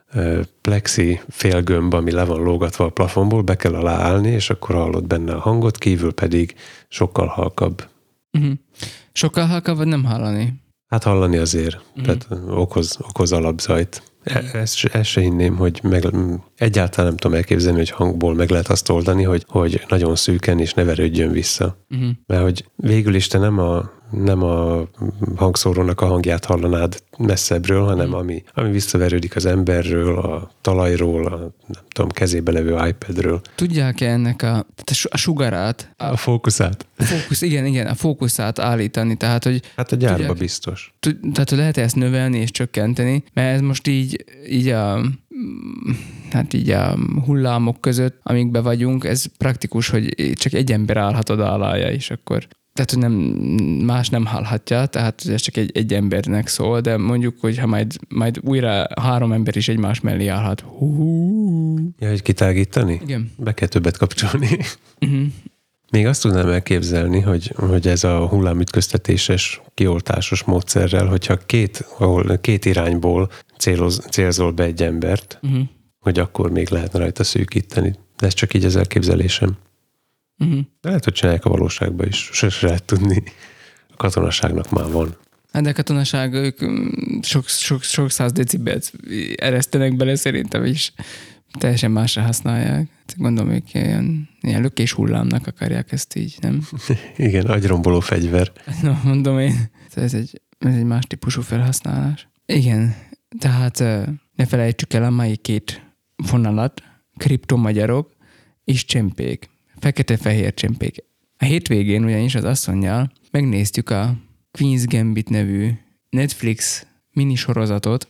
plexi félgömb, ami le van lógatva a plafonból, be kell alá állni, és akkor hallod benne a hangot, kívül pedig sokkal halkabb. Uh-huh. Sokkal halkabb, vagy nem hallani? Hát hallani azért, uh-huh. tehát okoz, okoz alapzajt. Ezt, ezt se hinném, hogy meg, egyáltalán nem tudom elképzelni, hogy hangból meg lehet azt oldani, hogy, hogy nagyon szűken és ne verődjön vissza. Uh-huh. Mert hogy végül is te nem a, nem a hangszórónak a hangját hallanád messzebbről, hanem uh-huh. ami, ami visszaverődik az emberről, a talajról, a nem tudom, kezébe levő iPadről. Tudják-e ennek a, a sugarát? A, a fókuszát. A fókusz, igen, igen, a fókuszát állítani. Tehát, hogy hát a gyárba tudják, biztos. Tud, tehát, hogy lehet ezt növelni és csökkenteni, mert ez most így, így a hát így a hullámok között, amikbe vagyunk, ez praktikus, hogy csak egy ember állhat oda alája, és akkor tehát, hogy nem, más nem hallhatja, tehát ez csak egy, egy embernek szól, de mondjuk, hogy ha majd, majd újra három ember is egymás mellé állhat. Hú. Ja, hogy kitágítani? Igen. Be kell többet kapcsolni. Uh-huh. Még azt tudnám elképzelni, hogy, hogy ez a hullámütköztetéses, kioltásos módszerrel, hogyha két, ahol két irányból céloz, célzol be egy embert, uh-huh. hogy akkor még lehetne rajta szűkíteni. De ez csak így az elképzelésem. Uh-huh. De lehet, hogy csinálják a valóságban is. Sose lehet tudni. A katonaságnak már van. Hát de a katonaság, ők sok, sok, sok száz decibelt eresztenek bele szerintem is. Teljesen másra használják. Gondolom, ők ilyen, ilyen lökés hullámnak akarják ezt így, nem? Igen, agyromboló fegyver. No, mondom én. Ez egy, ez egy más típusú felhasználás. Igen, tehát ne felejtsük el a mai két vonalat, kriptomagyarok és csempék. Fekete-fehér csempék. A hétvégén ugyanis az asszonnyal megnéztük a Queen's Gambit nevű Netflix minisorozatot,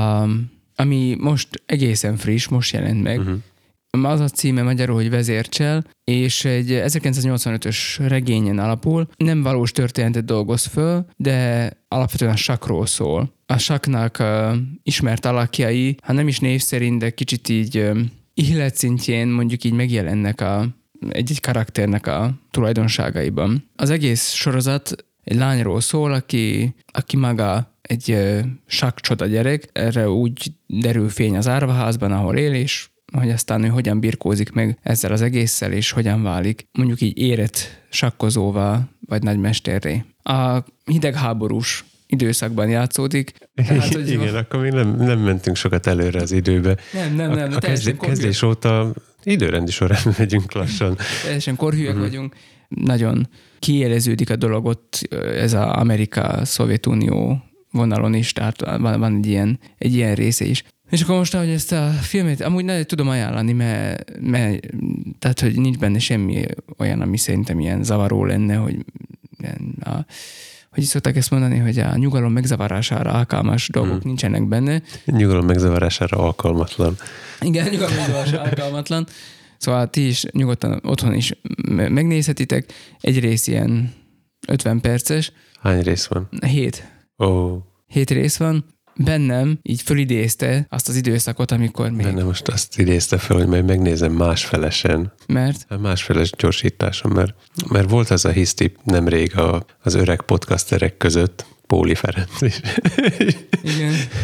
ami most egészen friss, most jelent meg. Uh-huh. Az a címe magyarul, hogy Vezércsel, és egy ezerkilencszáznyolcvanötös regényen alapul. Nem valós történetet dolgoz föl, de alapvetően a sakkról szól. A sakknak uh, ismert alakjai, ha nem is név szerint, de kicsit így uh, illetszintjén mondjuk így megjelennek a, egy-egy karakternek a tulajdonságaiban. Az egész sorozat egy lányról szól, aki, aki maga egy uh, sakkcsoda gyerek, erre úgy derül fény az árvaházban, ahol él, és hogy aztán ő hogyan birkózik meg ezzel az egésszel, és hogyan válik mondjuk így érett sakkozóvá, vagy nagymesterré. A hidegháborús időszakban játszódik. Tehát, hogy igen, akkor még nem, nem mentünk sokat előre az időbe. Nem, nem, nem. A, a kezdés, kezdés óta időrendi során megyünk lassan. Teljesen korhűek uh-huh. vagyunk. Nagyon kiéleződik a dolog ott, ez az Amerika-Szovjetunió vonalon is, tehát van, van egy, ilyen, egy ilyen része is. És akkor most, ahogy ezt a filmet, amúgy nagyon tudom ajánlani, mert, mert tehát, hogy nincs benne semmi olyan, ami szerintem ilyen zavaró lenne, hogy a, hogy is szokták ezt mondani, hogy a nyugalom megzavarására alkalmas dolgok hmm. nincsenek benne. Nyugalom megzavarására alkalmatlan. Igen, nyugalom megzavarására alkalmatlan. Szóval ti is nyugodtan otthon is megnézhetitek. Egy rész ilyen ötven perces. Hány rész van? Hét. Ó. Oh. Hét rész van. Bennem így fölidézte azt az időszakot, amikor még... Bennem most azt idézte fel, hogy majd megnézem másfelesen. Mert? Hát másfeles gyorsításon, mert, mert volt ez a hiszti nemrég a, az öreg podcasterek között, Póli Ferenc is. Igen.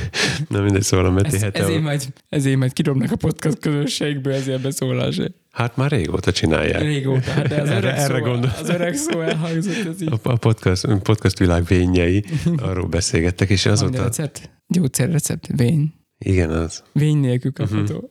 Na mindegy, szóval a Meti Ez, hete... ezért, majd, ezért majd kidobnak a podcast közönségből ezért beszólásért. Hát már régóta csinálják. Régóta, hát de az öreg, erre, erre szó, gondol... az öreg szó elhangzott. Ez így. A, a podcast, podcast világ vényei arról beszélgettek, és azóta... Van recept? Gyógyszerrecept? Vény. Igen, az. Vény nélkül kapható.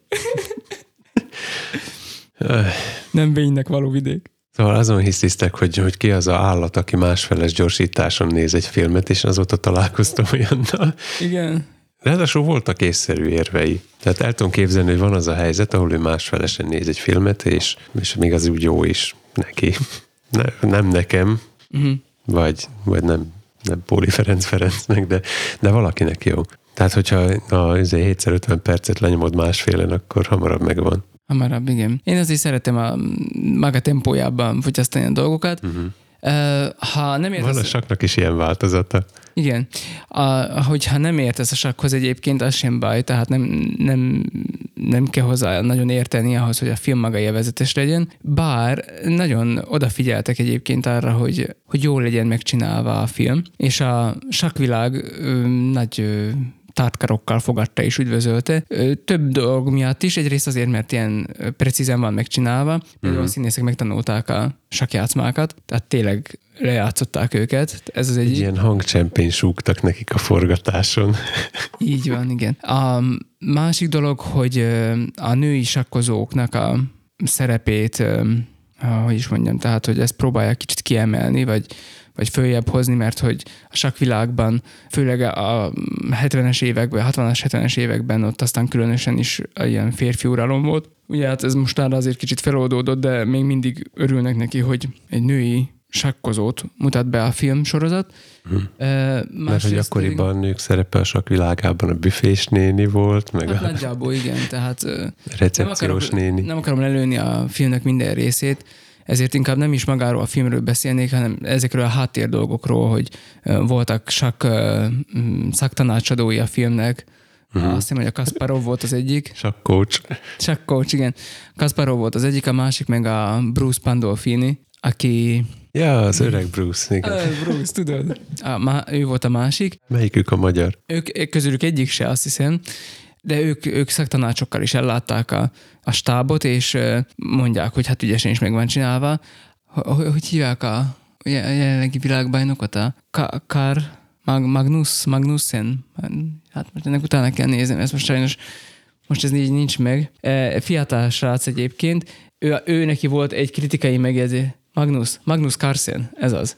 Uh-huh. Nem vénynek való vidék. Szóval azon hisztisztek, hogy, hogy ki az a állat, aki másfeles gyorsításon néz egy filmet, és azóta találkoztam olyannal. Igen. Ráadásul voltak észszerű érvei. Tehát el tudom képzelni, hogy van az a helyzet, ahol ő másfelesen néz egy filmet, és, és még az úgy jó is neki. Ne, nem nekem, uh-huh. vagy, vagy nem, nem Póli Ferenc Ferencnek, de, de valakinek jó. Tehát, hogyha a hétszer ötven percet lenyomod másfélen, akkor hamarabb megvan. Hamarabb, igen. Én azért szeretem a maga tempójában fogyasztani a dolgokat. Uh-huh. Uh, ha nem értesz... Van a saknak is ilyen változata. Igen. A, hogyha nem értesz a sakkhoz egyébként, az sem baj, tehát nem, nem, nem kell hozzá nagyon érteni ahhoz, hogy a film maga élvezetes legyen. Bár nagyon odafigyeltek egyébként arra, hogy, hogy jól legyen megcsinálva a film, és a sakkvilág ö, nagy... Ö, tártkarokkal fogadta és üdvözölte. Több dolog miatt is, egyrészt azért, mert ilyen precízen van megcsinálva, például a színészek megtanulták a sakkjátszmákat, tehát tényleg lejátszották őket. Ez az egy... egy ilyen hangcsempén súgtak nekik a forgatáson. Így van, igen. A másik dolog, hogy a női sakkozóknak a szerepét, hogy is mondjam, tehát, hogy ezt próbálják kicsit kiemelni, vagy vagy följebb hozni, mert hogy a sakkvilágban, főleg a hetvenes években, hatvanas, hetvenes években ott aztán különösen is ilyen férfi uralom volt. Ugye hát ez mostanra azért kicsit feloldódott, de még mindig örülnek neki, hogy egy női sakkozót mutat be a filmsorozat. Hmm. Uh, mert hogy akkoriban pedig... nők szerepe a sakkvilágában a büfés néni volt, meg hát a... nagyjából igen, tehát recepciós nem akarom, néni. Nem akarom lelőni a filmnek minden részét, ezért inkább nem is magáról a filmről beszélnék, hanem ezekről a háttér dolgokról, hogy voltak sakk szaktanácsadói a filmnek. Uh-huh. Azt hiszem, hogy a Kasparov volt az egyik. Sakkocs. Sakkocs, igen. Kasparov volt az egyik, a másik meg a Bruce Pandolfini, aki... Ja, az öreg Bruce, igen. A Bruce, tudod. A, má, ő volt a másik. Melyikük a magyar? Ők közülük egyik se, azt hiszem. De ők, ők szaktanácsokkal is ellátták a, a stábot, és mondják, hogy hát ügyesen is meg van csinálva. Hogy, hogy hívják a jelenlegi világbajnokot? A Kar Magnus, Magnussen? Hát most ennek utána kell nézni, ez most sajnos most ez így nincs meg. Fiatal srác egyébként. Ő, ő neki volt egy kritikai megjegyzés. Magnus, Magnus Carlsen, ez az.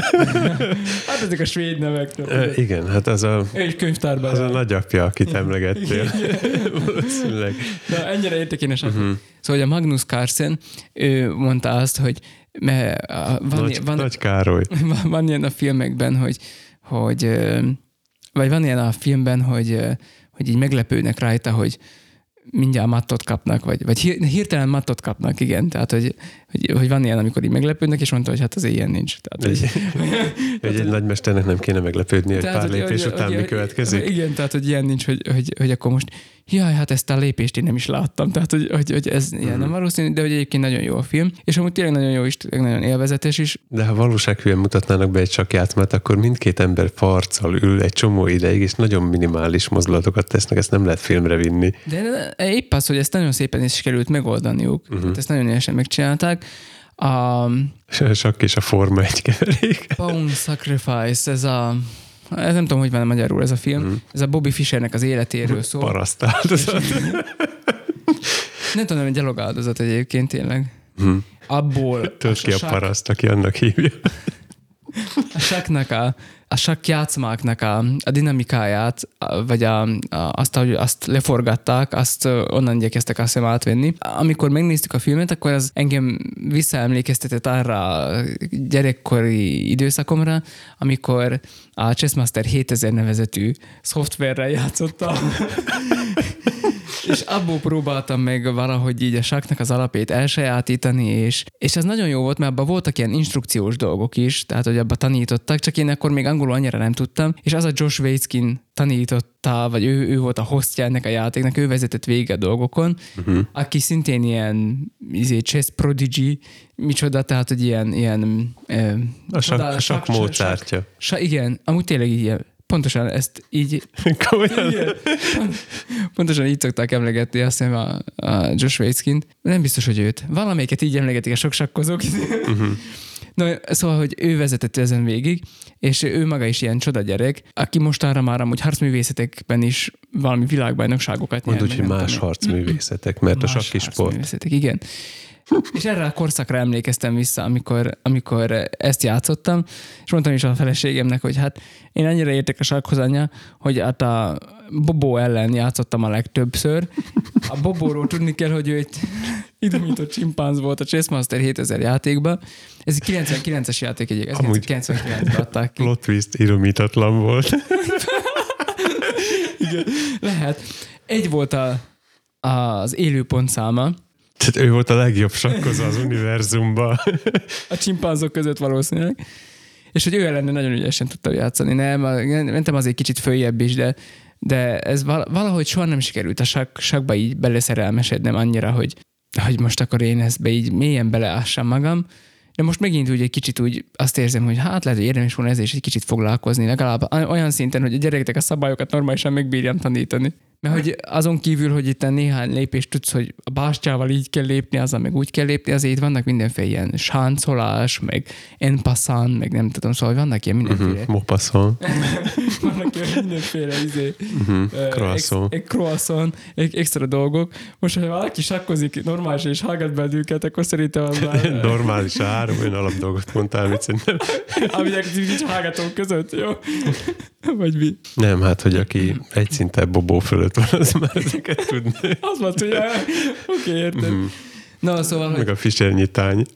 Hát ezek a svéd nevek. E, igen, hát az a, egy könyvtárban. Az a nagyapja, akit emlegettél. Valószínűleg. Na, ennyire értékénes. Uh-huh. Szóval a Magnus Carlsen, ő mondta azt, hogy van, Nagy, van, Nagy Károly. Van, van ilyen a filmekben, hogy, hogy vagy van ilyen a filmben, hogy, hogy így meglepődnek rajta, hogy mindjárt mattot kapnak, vagy, vagy hirtelen mattot kapnak, igen. Tehát, hogy, hogy, hogy van ilyen, amikor így meglepődnek, és mondta, hogy hát az ilyen nincs. Tehát, egy, hogy, hogy egy nagymesternek nem kéne meglepődni, hogy pár lépés hogy, után hogy, mi következik. Igen, tehát, hogy ilyen nincs, hogy, hogy, hogy akkor most jaj, hát ezt a lépést én nem is láttam. Tehát, hogy, hogy, hogy ez mm. ilyen nem valószínű, de hogy egyébként nagyon jó a film. És amúgy tényleg nagyon jó is, tényleg nagyon élvezetes is. De ha valósághűen mutatnának be egy sakkjátszmát, akkor mindkét ember farccal ül egy csomó ideig, és nagyon minimális mozdulatokat tesznek, ezt nem lehet filmre vinni. De épp az, hogy ezt nagyon szépen is került megoldaniuk. Uh-huh. Tehát ezt nagyon élesen megcsinálták. A sakk és a forma egy keverék. Pawn Sacrifice, ez a ez nem tudom, hogy van magyarul ez a film. Mm. Ez a Bobby Fischernek az életéről szól. Parasztáldozat. Nem tudom, egy gyalogáldozat egyébként tényleg. Mm. Abból... Tölt ki a, a paraszt, aki annak hívja. A sakknak a, a sakk játszmáknak a, a dinamikáját, vagy a, a, azt, ahogy azt leforgatták, azt onnan igyekeztek azt hiszem átvenni. Amikor megnéztük a filmet, akkor az engem visszaemlékeztetett arra a gyerekkori időszakomra, amikor a Chessmaster hétezer nevezetű szoftverrel játszottam. És abból próbáltam meg valahogy így a sakknak az alapét elsajátítani, és, és ez nagyon jó volt, mert abban voltak ilyen instrukciós dolgok is, tehát hogy abban tanítottak, csak én akkor még angolul annyira nem tudtam, és az a Josh Waitzkin tanította, vagy ő, ő volt a hostja ennek a játéknak, ő vezetett végig a dolgokon, uh-huh. aki szintén ilyen izé, chess prodigy, micsoda, tehát hogy ilyen, ilyen a sakk sak Mozartja. Sak, igen, amúgy tényleg ilyen pontosan ezt így... Komolyan? Pontosan így szokták emlegetni, azt hiszem a, a Josh Waitzkint. Nem biztos, hogy őt. Valamelyiket így emlegetik a sok sakkozók. Uh-huh. No, szóval, hogy ő vezetett ezen végig, és ő maga is ilyen csoda gyerek, aki mostanra már amúgy harcművészetekben is valami világbajnokságokat nyer. Mondd úgy, hogy más harcművészetek, mert más a sakki sport. Igen. És erre a korszakra emlékeztem vissza, amikor, amikor ezt játszottam, és mondtam is a feleségemnek, hogy hát én annyira értek a sakkhoz, anya, hogy hát a Bobó ellen játszottam a legtöbbször. A Bobóról tudni kell, hogy ő egy idomított csimpánz volt a Chessmaster hétezer játékban. Ez egy kilencvenkilences játék egyébként, amúgy kilencvenkilencben adták ki. Plot twist, idomítatlan volt. Igen, lehet. Egy volt a, az élőpontszáma. Tehát ő volt a legjobb sakkozó az univerzumban. A csimpánzok között valószínűleg. És hogy ő ellen nagyon ügyesen tudtam játszani. Nem, mentem azért kicsit följebb is, de, de ez valahogy soha nem sikerült a sak, sakba így beleszerelmesednem annyira, hogy, hogy most akkor én ezt így mélyen beleássam magam. De most megint úgy egy kicsit úgy azt érzem, hogy hát lehet, hogy érdemes volna ezzel is egy kicsit foglalkozni, legalább olyan szinten, hogy a gyerekek a szabályokat normálisan megbírjam tanítani. Mert hogy azon kívül, hogy itt néhány lépést tudsz, hogy a bástyával így kell lépni, azzal meg úgy kell lépni, azért itt vannak mindenféle ilyen sáncolás, meg en passant, meg nem tudom, szóval vannak ilyen mindenféle. Uh-huh, Maupassant. Vannak ilyen mindenféle izé, uh-huh, croissant. Ex, croissant, extra dolgok. Most, ha valaki sakkozik normális és hallgat bennünket, akkor szerintem az már... Normális, a három olyan alapdolgot mondtál, amit szerintem... Aminek nincs hallgatók között, jó? Vagy mi? Nem, hát, hogy aki egy szinten Bobó fölött van, az már ezeket tudni. Az volt, hogy oké, okay, érted. Uh-huh. Na, szóval, meg hogy... a Fischer nyitány.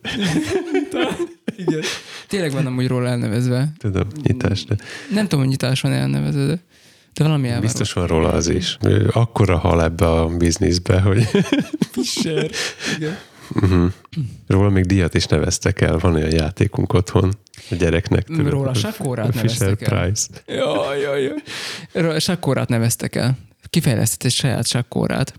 Igen. Tényleg van amúgy róla elnevezve. Tudom, nyitás, de... Nem tudom, hogy nyitás van elnevezve, de, de valami elváró. Biztos van róla az is. Ő akkora hal ebbe a bizniszbe, hogy... Fischer, igen. Uh-huh. Róla még díjat is neveztek el, van olyan játékunk otthon a gyereknek. Tudod, róla sakkórát neveztek el. Price. Jaj, jaj, jaj. Róla sakkórát neveztek el. Kifejlesztett egy saját sakkórát.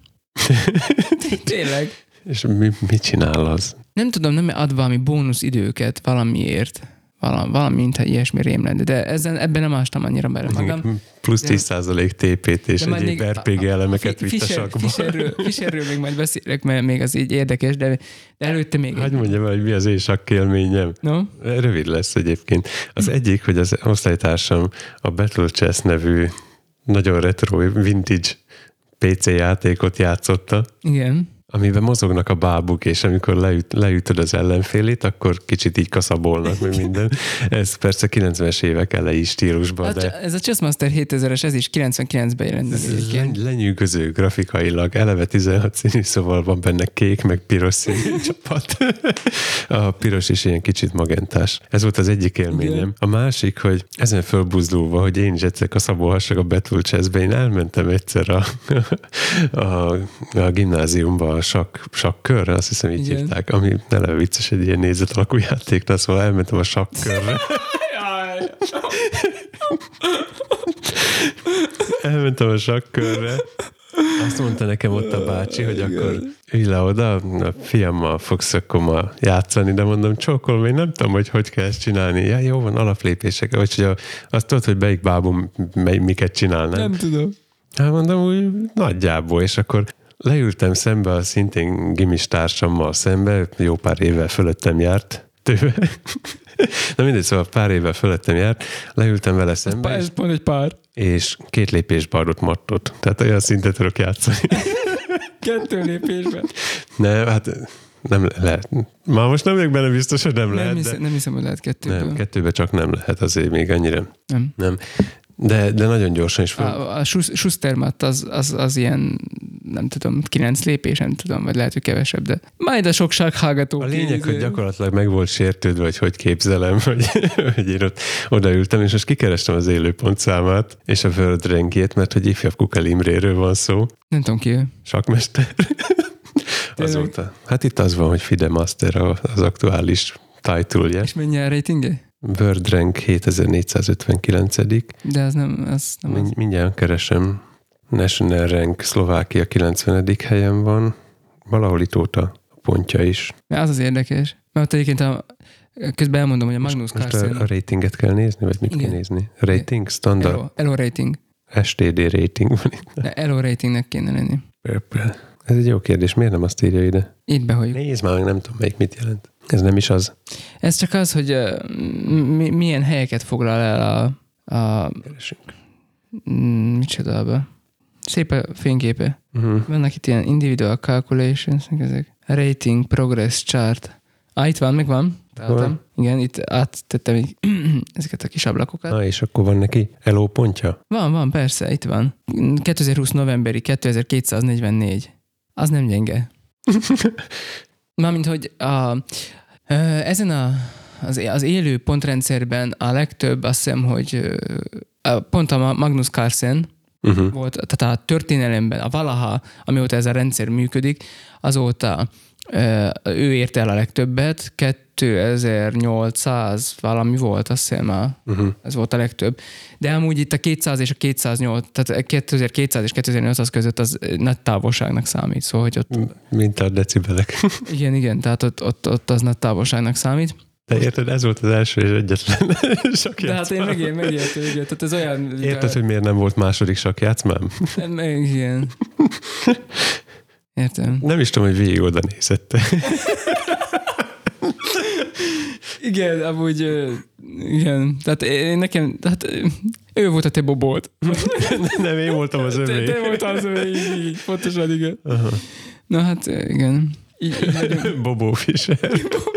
Tényleg. És mi, mit csinál az? Nem tudom, nem ad valami bónusz időket valamiért. Valami, valami mintha ilyesmi rém lenne, de ezen, ebben nem ástam annyira bele magam. Plusz tíz százalék té pét és egyéb er pé gé elemeket vitt a sakba. Fischerről, Fischerről még majd beszélek, mert még az így érdekes, de, de előtte még... Hagyj mondjam el, hogy mi az én sakkélményem. No? Rövid lesz egyébként. Az egyik, hogy az osztálytársam a Battle Chess nevű nagyon retro, vintage pé cé játékot játszotta. Igen. Amiben mozognak a bábuk, és amikor leüt, leütöd az ellenfélét, akkor kicsit így kaszabolnak, meg minden. Ez persze kilencvenes évek elejé stílusban, de... Ez a Chessmaster hétezeres, ez is kilencvenkilencben jelent meg egyébként. Lenyűgöző grafikailag, eleve tizenhat színű, szóval van benne kék, meg piros színű csapat. A piros is ilyen kicsit magentás. Ez volt az egyik élményem. Igen. A másik, hogy ezen fölbuzdulva, hogy én is egyszer kaszabolhassak a Battle Chessbe, én elmentem egyszer a, a, a gimnáziumba a sakk, sakkörre, azt hiszem így igen. hívták, ami eleve vicces egy ilyen nézet alakú játéknál, szóval elmentem a sakkörre. elmentem a sakkörre. Azt mondta nekem ott a bácsi, hogy akkor ülj le oda, a fiammal fogsz akkor ma játszani, de mondom, csókolom, én nem tudom, hogy hogy kell ezt csinálni. Ja, jó van, alaplépések, vagy hogy azt tudod, hogy melyik bábum mely, miket csinál, nem? Nem tudom. Hát mondom, úgy nagyjából, és akkor leültem szembe a szintén gimis társammal szembe, jó pár évvel fölöttem járt tőle. Na mindegy, szóval pár évvel fölöttem járt, leültem vele szembe. Ez pont egy pár. És két lépésbe adott mattot. Tehát olyan szintet tudok játszani. Kettő lépésben. Nem, hát nem lehet. Már most nem vagyok benne biztos, hogy nem, nem lehet. Hiszem, de... Nem hiszem, hogy lehet kettőből. Nem, kettőbe csak nem lehet azért még annyira. Nem. Nem. De, de nagyon gyorsan is fel. A, a Schustermatt az, az, az ilyen, nem tudom, kilenc lépés, nem tudom, vagy lehet, hogy kevesebb, de majd a sok hallgató. A lényeg, hogy gyakorlatilag meg volt sértődve, hogy hogy képzelem, hogy, hogy én ott odaültem, és most kikerestem az élőpont számát, és a World Rankjét, mert hogy ifjabb Kukel Imréről van szó. Nem tudom ki ő. Sakkmester. Azóta. Hát itt az van, hogy FIDE Master az aktuális title-je. És mennyi a ratingje? World Rank hétezer-négyszázötvenkilencedik De az nem, az nem Mind, az. Mindjárt keresem. National Rank Szlovákia kilencvenedik helyen van. Valahol itt óta a pontja is. Az az érdekes. Mert Mert egyébként a, közben elmondom, hogy a Magnus most Carlsen... a, a ratinget kell nézni, vagy mit Igen. kell nézni? Rating, standard? Elo, Elo rating. es té dé rating van itt. De Elo ratingnek kéne lenni. Ez egy jó kérdés, miért nem azt írja ide? Itt behagyjuk. Nézd már, nem tudom, melyik mit jelent. Ez nem is az. Ez csak az, hogy uh, mi, milyen helyeket foglal el a... a Keresünk. mm, micsoda be. Szép a fényképe. Uh-huh. Vannak itt ilyen individual calculations, ezek. Rating, progress chart. Ah, itt van, megvan. Találtam. Igen, itt áttettem így ezeket a kis ablakokat. Na, és akkor van neki eló pontja? Van, van, persze, itt van. kétezer-húsz novemberi kétezer-kétszáznegyvennégy. Az nem gyenge. Mármint, hogy a, ezen a, az, az élő pontrendszerben a legtöbb, azt hiszem, hogy a, pont a Magnus Carlsen uh-huh. volt, tehát a történelemben, a valaha, amióta ez a rendszer működik, azóta ő érte el a legtöbbet, kétezer-nyolcszáz valami volt, azt hiszem, a, uh-huh. ez volt a legtöbb. De amúgy itt a kétszáz és a kétszáznyolc, tehát kétezer-kétszáz és kétezer-nyolcszáz között az nagy távolságnak számít, szóval, hogy ott... Mint a decibelek. Igen, igen, tehát ott, ott, ott az nagy távolságnak számít. De érted, ez volt az első és egyetlen sakjátszmám. De hát én megértem, megértem, igen, tehát ez olyan... Érted, hogy miért nem volt második sakjátszmám? Igen. Értem. Nem is tudom, hogy végig oda nézette. Igen, amúgy, igen, tehát én nekem, tehát ő volt a te bobót. Nem, én voltam az övé. Te, te voltál az övé, így, így, pontosan, igen. Aha. Na hát, igen. Így, így Bobó Fischer.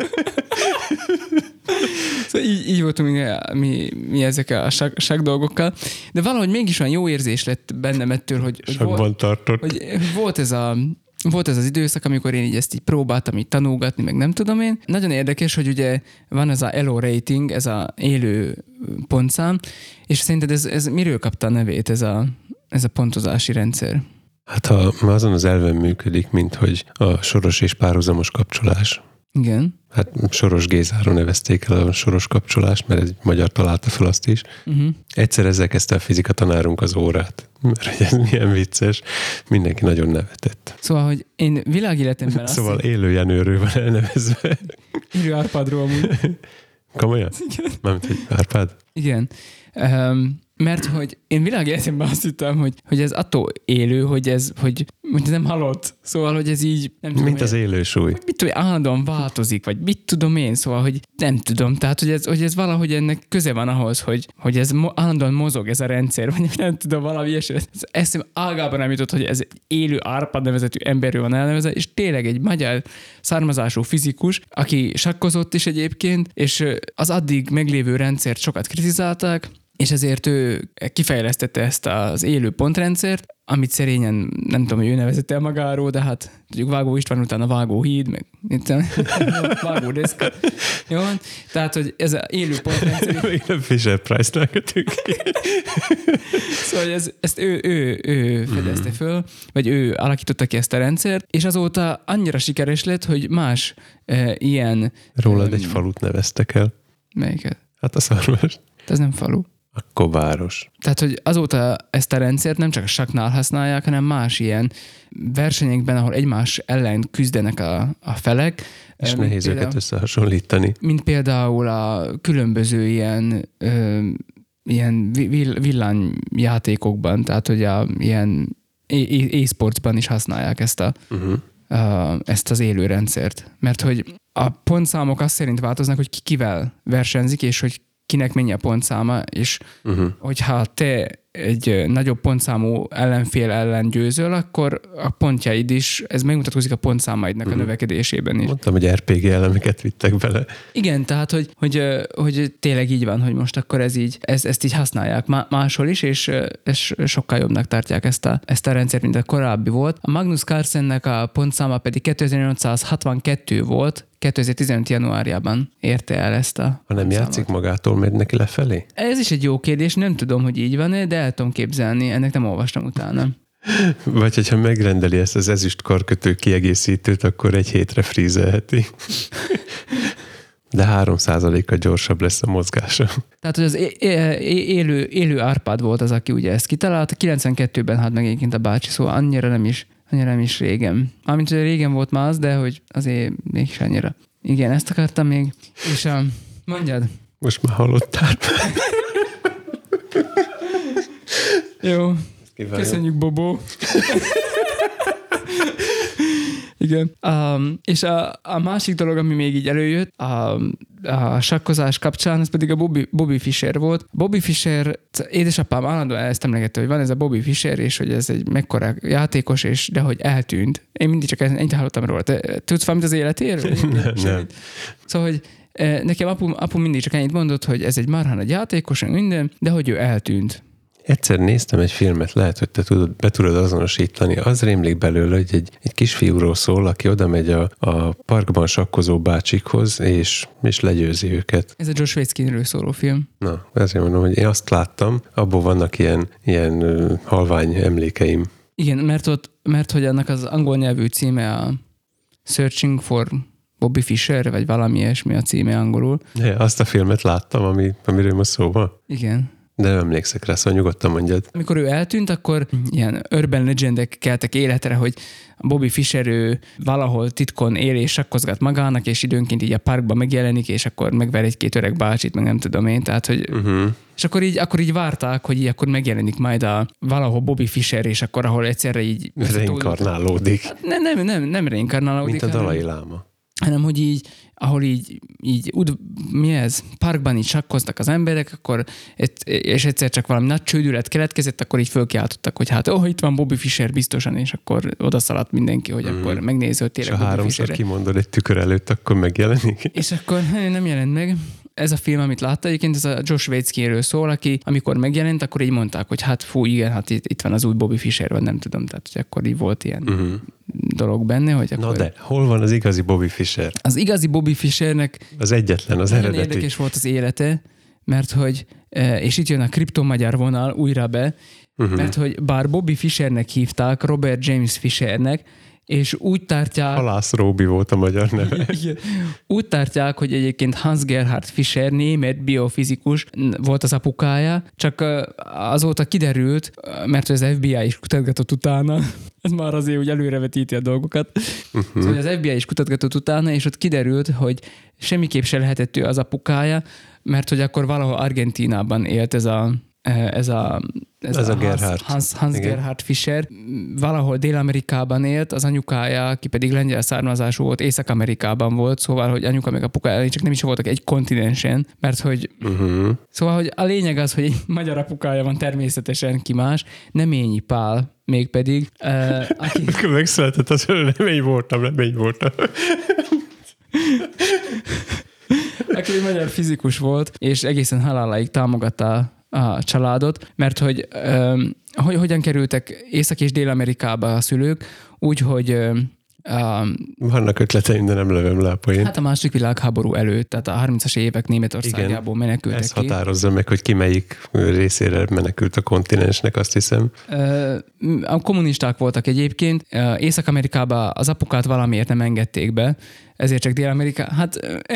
Szóval így, így voltunk mi, mi, mi ezekkel a sak, sak dolgokkal, de valahogy mégis olyan jó érzés lett bennem ettől, hogy, hogy, volt, tartott. hogy volt ez a Volt ez az időszak, amikor én így ezt így próbáltam így tanulgatni, meg nem tudom én. Nagyon érdekes, hogy ugye van ez a Elo rating, ez a élő pontszám, és szerinted ez, ez miről kapta a nevét, ez a, ez a pontozási rendszer? Hát ha azon az elven működik, mint hogy a soros és párhuzamos kapcsolás. Igen. Hát Soros Gézáról nevezték el a soros kapcsolást, mert egy magyar találta fel azt is. Uh-huh. Egyszer ezzel kezdte a fizika tanárunk az órát, mert ez milyen vicces, mindenki nagyon nevetett. Szóval, hogy én világéletemben azt... Szóval élő Jenőről van elnevezve. Élő Árpádról amúgy. Komolyan? Igen. Mármint, hogy Árpád? Igen. Um, mert hogy én világéletemben azt hittem, hogy, hogy ez attól élő, hogy ez, hogy, hogy ez nem halott. Szóval, hogy ez így... Nem tudom, mint az élő súly. Mit tudom, állandóan változik, vagy mit tudom én, szóval, hogy nem tudom. Tehát, hogy ez, hogy ez valahogy ennek köze van ahhoz, hogy, hogy ez mo- állandóan mozog ez a rendszer, vagy nem tudom, valami ilyesmi. Eszem ágában nem jutott, hogy ez egy élő Árpád nevezetű emberről van elnevezve, és tényleg egy magyar származású fizikus, aki sakkozott is egyébként, és az addig meglévő rendszert sokat kritizálták, és ezért ő kifejlesztette ezt az élő pontrendszert, amit szerényen nem tudom, hogy ő nevezett el magáról, de hát tudjuk Vágó István után a Vágó híd, meg Vágó deszka. Jó van? Tehát, hogy ez az élő pontrendszer... Még nem Fisher Price-nál kötünk. Szóval ez, ezt ő, ő, ő fedezte föl, vagy ő alakította ki ezt a rendszert, és azóta annyira sikeres lett, hogy más e, ilyen... Rólad um, egy falut neveztek el. Melyiket? Hát a Szarvast. Ez nem falu. Akkor város. Tehát, hogy azóta ezt a rendszert nem csak a saknál használják, hanem más ilyen versenyekben, ahol egymás ellen küzdenek a, a felek. És nehéz például, őket összehasonlítani. Mint például a különböző ilyen, ö, ilyen vill, villanyjátékokban, tehát, hogy a ilyen e-sportsban is használják ezt, a, uh-huh. a, ezt az élő rendszert. Mert hogy a pontszámok azt szerint változnak, hogy ki kivel versenyzik, és hogy kinek mennyi a pontszáma, és uh-huh. hogyha te egy nagyobb pontszámú ellenfél ellen győzöl, akkor a pontjaid is, ez megmutatkozik a pontszámaidnak uh-huh. a növekedésében is. Mondtam, hogy er pé gé elemeket vittek bele. Igen, tehát, hogy, hogy, hogy tényleg így van, hogy most akkor ez így, ez, ezt így használják máshol is, és, és sokkal jobbnak tartják ezt a, ezt a rendszert, mint a korábbi volt. A Magnus Carlsennek a pontszáma pedig kétezer-nyolcszázhatvankettő volt, kétezer-tizenöt januárjában érte el ezt a Ha nem pontszámot. játszik, magától megy neki lefelé? Ez is egy jó kérdés, nem tudom, hogy így van-e, de el tudom képzelni, ennek nem olvastam utána. Vagy hogyha megrendeli ezt az ezüst karkötő kiegészítőt, akkor egy hétre frízelheti. De három százalékkal gyorsabb lesz a mozgása. Tehát, hogy az élő, élő Árpád volt az, aki ugye ezt kitalálta. kilencvenkettőben hát meg egyébként a bácsi, szóval annyira nem is, annyira nem is régen. Mármint, hogy régen volt már az, de hogy azért mégis annyira. Igen, ezt akartam még. És a... Mondjad. Most már hallottál. Jó. Köszönjük, Bobó. Igen. Um, és a, a másik dolog, ami még így előjött a, a sakkozás kapcsán, ez pedig a Bobby, Bobby Fischer volt. Bobby Fischer, édesapám állandóan ezt emlegette, hogy van ez a Bobby Fischer, és hogy ez egy mekkora játékos, és de hogy eltűnt. Én mindig csak ennyit hallottam róla. Te tudsz valamit az életéről? Nem, nem. Szóval, hogy nekem apu, apu mindig csak ennyit mondott, hogy ez egy marha nagy játékos, minden, de hogy ő eltűnt. Egyszer néztem egy filmet, lehet, hogy te tudod, be tudod azonosítani. Az rémlik belőle, hogy egy, egy kisfiúról szól, aki oda megy a, a parkban sakkozó bácsikhoz, és, és legyőzi őket. Ez a Josh Waitzkinről szóló film. Na, ezért mondom, hogy én azt láttam, abból vannak ilyen, ilyen uh, halvány emlékeim. Igen, mert, ott, mert hogy annak az angol nyelvű címe a Searching for Bobby Fischer, vagy valami ilyesmi a címe angolul. Ja, azt a filmet láttam, ami, amiről most szó van. Igen. De nem emlékszek rá, szóval nyugodtan mondjad. Amikor ő eltűnt, akkor ilyen urban legendek keltek életre, hogy Bobby Fischer ő valahol titkon él és sakkozgat magának, és időnként így a parkban megjelenik, és akkor megver egy-két öreg bácsit, meg nem tudom én. Tehát, hogy... Uh-huh. És akkor így, akkor így várták, hogy így akkor megjelenik majd a valahol Bobby Fischer, és akkor ahol egyszerre így... Reinkarnálódik. Hát nem, nem, nem, nem reinkarnálódik. Mint a Dalai Láma. Hanem, hogy így, ahol így, így ud, mi ez, parkban így sakkoztak az emberek, akkor, és egyszer csak valami nagy csődület keletkezett, akkor így fölkiáltottak, hogy hát, oh, itt van Bobby Fischer biztosan, és akkor odaszaladt mindenki, hogy mm. akkor megnéző, hogy tényleg Bobby Fischerre. És ha háromszor kimondod egy tükör előtt, akkor megjelenik. És akkor nem jelent meg. Ez a film, amit látta, egyébként ez a Josh Waitzkinről szól, aki amikor megjelent, akkor így mondták, hogy hát fú, igen, hát itt, itt van az új Bobby Fischer, vagy nem tudom, tehát hogy akkor így volt ilyen uh-huh. dolog benne, hogy akkor... Na de, hol van az igazi Bobby Fischer? Az igazi Bobby Fischernek az egyetlen, az eredeti. Nagyon érdekes volt az élete, mert hogy, és itt jön a kriptomagyar vonal újra be, uh-huh. mert hogy bár Bobby Fischernek hívták, Robert James Fischernek, és úgy tartják... Halász Róbi volt a magyar neve. Úgy tartják, hogy egyébként Hans Gerhard Fischer, német biofizikus volt az apukája, csak azóta kiderült, mert az ef bé i is kutatgatott utána, ez már azért úgy előrevetíti a dolgokat, uh-huh. szóval az ef bé i is kutatgatott utána, és ott kiderült, hogy semmiképp se lehetett ő az apukája, mert hogy akkor valahol Argentínában élt ez a ez a, ez ez a, a Gerhard. Hans, Hans Gerhard Fischer. Valahol Dél-Amerikában élt, az anyukája, aki pedig lengyel származású volt, Észak-Amerikában volt, szóval, hogy anyuka meg apukája csak nem is voltak egy kontinensen, mert hogy uh-huh. szóval, hogy a lényeg az, hogy egy magyar apukája van természetesen, ki más, Neményi Pál mégpedig. Uh, aki... Megszületett az, hogy nem én voltam, nem én voltam. Aki egy magyar fizikus volt, és egészen haláláig támogatta a családot, mert hogy, um, hogy hogyan kerültek Észak- és Dél-Amerikába a szülők, úgyhogy um, vannak ötleteim, de nem lövöm le a poént. Hát a második világháború előtt, tehát a harmincas évek Németországából igen, menekültek ez ki. Ez határozza meg, hogy ki melyik részére menekült a kontinensnek, azt hiszem. A kommunisták voltak egyébként. Észak-Amerikába az apukát valamiért nem engedték be, ezért csak Dél-Amerika... Hát...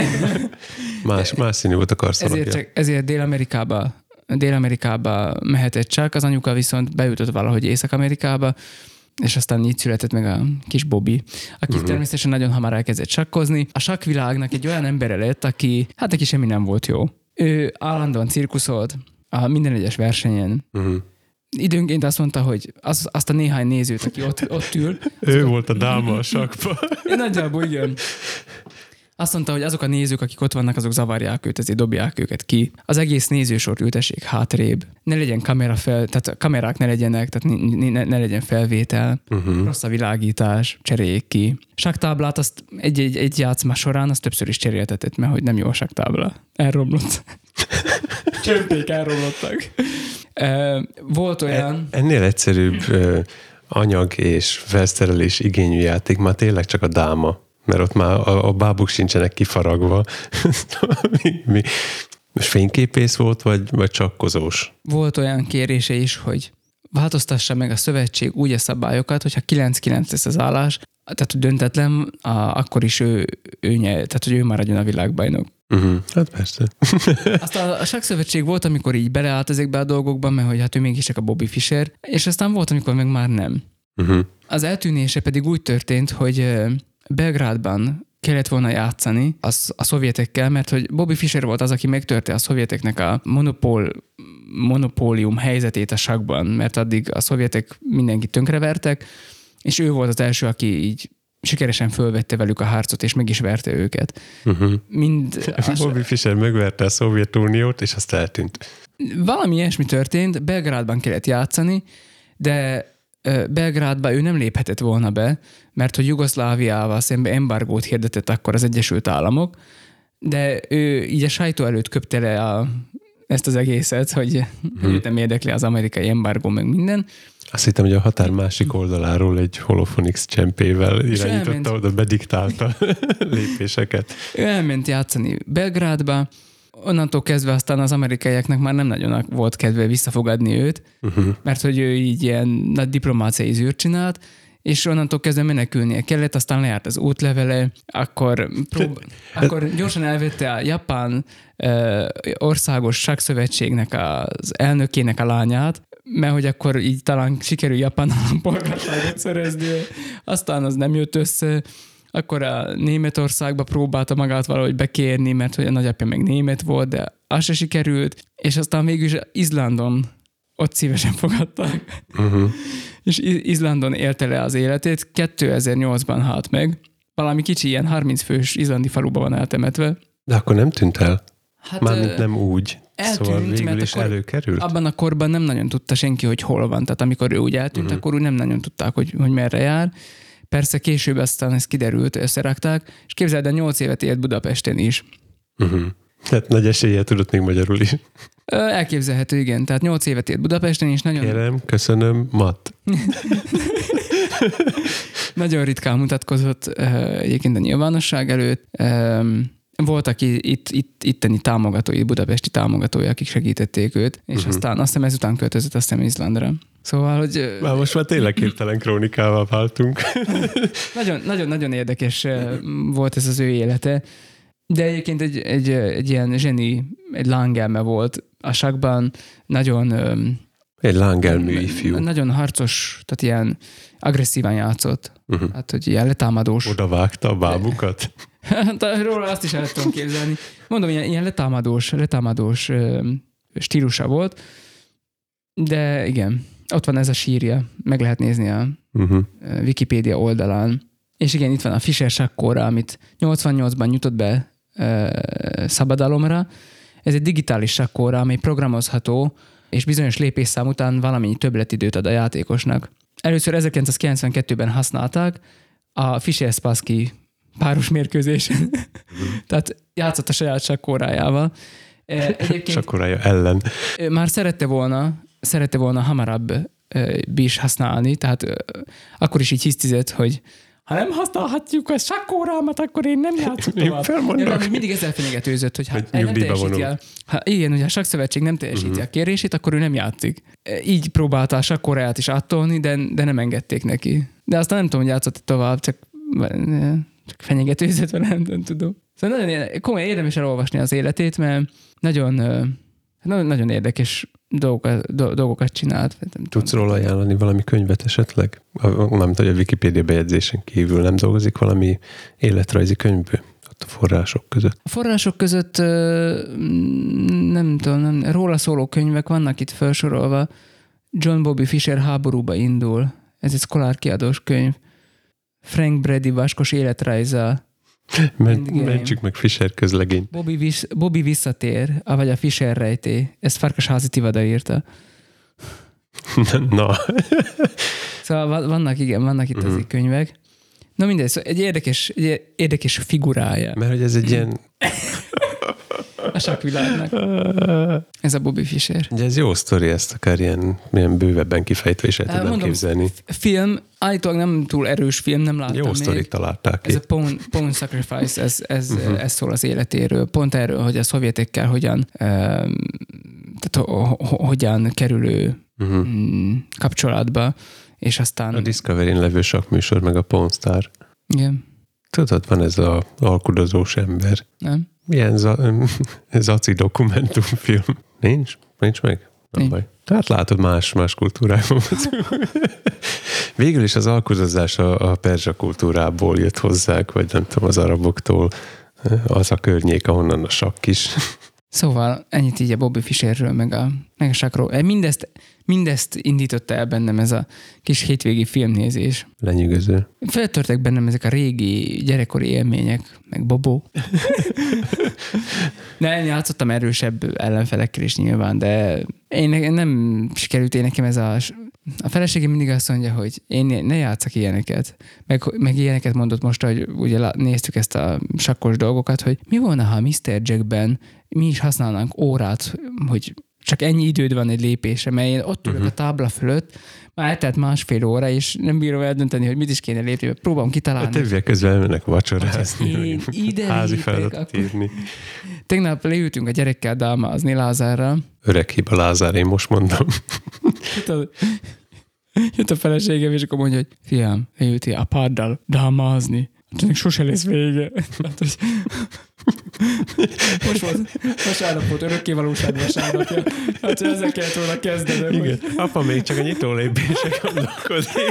más, más színű volt a karszalagja. Ezért, csak, ezért Dél-Amerikába, Dél-Amerikába mehetett csak, az anyuka viszont bejutott valahogy Észak-Amerikába, és aztán így született meg a kis Bobby, aki uh-huh. természetesen nagyon hamar elkezdett sakkozni. A sakkvilágnak egy olyan embere lett, aki, hát neki semmi nem volt jó. Ő állandóan cirkuszolt a minden egyes versenyen. Uh-huh. Időnként azt mondta, hogy az, azt a néhány nézőt, aki ott, ott ül... Ő volt a dáma a sakkba. Nagyjából igen. Azt mondta, hogy azok a nézők, akik ott vannak, azok zavarják őt, ezért dobják őket ki. Az egész nézősort ültessék hátrébb. Ne legyen kamera fel, tehát kamerák ne legyenek, tehát ne, ne legyen felvétel. Uh-huh. Rossz a világítás, cseréljék ki. Sakktáblát azt egy-egy egy játszma során azt többször is cseréltetett, mert hogy nem jó a sakktábla. Elromlott. Csömpék elromlottak. Volt olyan... Ennél egyszerűbb anyag és felszerelés igényű játék már tényleg csak a dáma. Mert ott már a, a bábuk sincsenek kifaragva. mi, mi? Most fényképész volt, vagy, vagy csakkozós? Volt olyan kérése is, hogy változtassa meg a szövetség úgy a szabályokat, hogyha kilenc kilenc lesz az állás, tehát hogy döntetlen, a, akkor is ő, ő nyel, tehát hogy ő maradjon a világbajnok. Uh-huh. Hát persze. Aztán a sakszövetség volt, amikor így beleállt ezekbe a dolgokban, mert hogy hát ő mégis csak a Bobby Fischer, és aztán volt, amikor meg már nem. Uh-huh. Az eltűnése pedig úgy történt, hogy Belgrádban kellett volna játszani az, a szovjetekkel, mert hogy Bobby Fischer volt az, aki megtörte a szovjeteknek a monopól, monopólium helyzetét a sakkban, mert addig a szovjetek mindenkit tönkrevertek, és ő volt az első, aki így sikeresen fölvette velük a harcot, és meg is verte őket. Uh-huh. Mind Bobby Fischer megverte a Szovjetuniót, és azt eltűnt. Valami ilyesmi történt, Belgrádban kellett játszani, de Belgrádba ő nem léphetett volna be, mert hogy Jugoszláviával szemben embargót hirdetett akkor az Egyesült Államok, de ő így a sajtó előtt köpte le a, ezt az egészet, hogy hmm. őt nem érdekli az amerikai embargó, meg minden. Azt hittem, hogy a határ másik oldaláról egy Holophonics csempével irányította, elment, oda bediktálta lépéseket. Ő elment játszani Belgrádba, onnantól kezdve aztán az amerikaiaknak már nem nagyon volt kedve visszafogadni őt, uh-huh. mert hogy ő így ilyen nagy diplomáciai zűrt csinált, és onnantól kezdve menekülnie kellett, aztán lejárt az útlevele, akkor, prób- akkor gyorsan elvette a Japán uh, országos sakkszövetségnek az elnökének a lányát, mert hogy akkor így talán sikerül Japán állampolgárságot szerezni, aztán az nem jött össze, akkor a Németországba próbálta magát valahogy bekérni, mert hogy a nagyapja meg német volt, de az se sikerült, és aztán végül is Izlandon ott szívesen fogadták. Uh-huh. És Izlandon élte le az életét, kétezer-nyolcban halt meg, valami kicsi ilyen harminc fős izlandi faluban van eltemetve. De akkor nem tűnt el? Hát, mármint nem úgy. Eltűnt, szóval végül mert is akkor előkerült? Abban a korban nem nagyon tudta senki, hogy hol van. Tehát amikor ő úgy eltűnt, uh-huh. akkor úgy nem nagyon tudták, hogy, hogy merre jár. Persze később aztán ez kiderült, összerakták, és képzeld el, nyolc évet élt Budapesten is. Uh-huh. Tehát nagy eséllyel tudott még magyarul is. Elképzelhető, igen. Tehát nyolc évet élt Budapesten, és nagyon... Kérem, köszönöm, Matt. Nagyon ritkán mutatkozott egyébként a nyilvánosság előtt. Voltak itt, itt, itteni támogatói, budapesti támogatói, akik segítették őt, és uh-huh. aztán azt hiszem ezután költözött, azt hiszem Izlandra. Szóval, hogy... Már most már tényleg hirtelen krónikával váltunk. nagyon, nagyon, nagyon érdekes volt ez az ő élete, de egyébként egy, egy, egy ilyen zseni, egy lángelme volt a sakkban, nagyon... Egy lángelmű ifjú. Nagyon harcos, tehát ilyen agresszívan játszott. Uh-huh. Hát, hogy ilyen letámadós. Oda vágta a bábukat? Róla azt is el tudom képzelni. Mondom, ilyen, ilyen letámadós, letámadós stílusa volt, de igen, ott van ez a sírja, meg lehet nézni a uh-huh. Wikipédia oldalán. És igen, itt van a Fischer sakkóra, amit nyolcvannyolcban nyújtott be uh, szabadalomra. Ez egy digitális sakkóra, amely programozható, és bizonyos lépésszám után valamennyi többletidőt ad a játékosnak. Először ezerkilencszázkilencvenkettőben használták a Fischer-Spassky páros mérkőzésen. Mm. Tehát játszott a saját sakkórájával. Sakkórája ellen. Már szerette volna, szerette volna hamarabb is használni, tehát akkor is így hisztizett, hogy ha nem használhatjuk a sakkórámat, akkor én nem játszok tovább. Ja, mindig ezzel fenyegetőzött, hogy ha hogy nem teljesíti a, ha, igen, hogy a sakszövetség nem teljesíti uh-huh. a kérését, akkor ő nem játszik. Így próbálta a sakkóráját is áttolni, de, de nem engedték neki. De aztán nem tudom, hogy játszott tovább, csak, csak fenyegetőzött, vagy nem, nem tudom. Szóval nagyon komolyan érdemes elolvasni az életét, mert nagyon, nagyon, nagyon érdekes dolgokat, dolgokat csinált. Tudsz róla ajánlani valami könyvet esetleg? Nem tudom, hogy a Wikipédia bejegyzésen kívül nem dolgozik valami életrajzi könyvből ott a források között? A források között nem tudom, nem, róla szóló könyvek vannak itt felsorolva. John Bobby Fischer háborúba indul. Ez egy Scholar kiadós könyv. Frank Brady vaskos életrajza. Mentsük meg Fischer közlegény. Bobby, visz, Bobby visszatér, vagy a Fischer rejté. Ezt Farkasházi Tivada írta. Na. Szóval vannak, igen, vannak itt uh-huh. azért könyvek. Na mindegy, szóval egy érdekes, egy érdekes figurája. Mert hogy ez egy ilyen... a sakkvilágnak. Ez a Bobby Fischer. Ugye ez jó sztori, ezt akár ilyen, ilyen bővebben kifejtve is el tudnám Mondom, képzelni. Film, állítólag nem túl erős film, nem láttam Jó sztorit találták ki. Ez a Pawn, Pawn Sacrifice, ez, ez, uh-huh. ez szól az életéről. Pont erről, hogy a szovjetekkel hogyan, um, tehát ho, ho, hogyan kerülő uh-huh. kapcsolatba, és aztán... A Discovery-n levő sakkműsor, meg a Pawn Star. Igen. Tudod, van ez a alkudozós ember. Nem. Milyen za- zaci dokumentumfilm? Nincs? Nincs meg? Nem baj. Tehát látod, más, más kultúrákban. Végül is az alkudozás a, a perzsa kultúrából jött hozzák, vagy nem tudom, az araboktól. Az a környék, ahonnan a sakk is. Szóval ennyit így a Bobby Fischerről, meg a, meg a sakról. Mindezt, mindezt indította el bennem ez a kis hétvégi filmnézés. Lenyűgöző. Feltörtek bennem ezek a régi gyerekkori élmények, meg Bobó. Nem, játszottam erősebb ellenfelekkel is nyilván, de én nem sikerült én nekem ez a... A feleségem mindig azt mondja, hogy én ne játszak ilyeneket. Meg, meg ilyeneket mondott most, hogy ugye néztük ezt a sakkos dolgokat, hogy mi volna, ha miszter Jackben mi is használnánk órát, hogy csak ennyi időd van egy lépésre, mert én ott ülök uh-huh. a tábla fölött, már eltelt másfél óra, és nem bírom eldönteni, hogy mit is kéne lépni, mert próbálom kitalálni. A többiek közben elmennek vacsorázni, én ide házi feladatot akkor... írni. Tegnap leültünk a gyerekkel dálmázni Lázárral. Öreg hiba Lázár, én most mondom. Jött a, jött a feleségem, és akkor mondja, hogy fiam, leültél a páddal dálmázni. Hát sose lesz vége. Hát, hogy... Most volt vasárnap volt, örökkévalóság vasárnapja. Hát, hogy ezzel kellett volna kezdenem. Igen, hogy... apa még csak a nyitó lépések gondolkodik.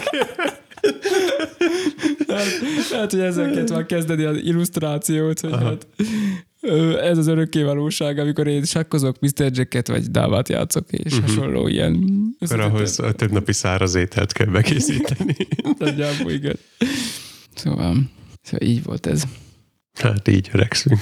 Hát, hát, hogy ezzel kellett volna kezdeni az illusztrációt, hogy hát, ez az örökkévalóság, amikor én sakkozok, miszter Jacket vagy dávát játszok, és uh-huh. hasonló ilyen... Akkor ahhoz a több napi száraz ételt kell bekészíteni. Nagyjából, igen. Szóval, szóval így volt ez. Hát így öregszünk.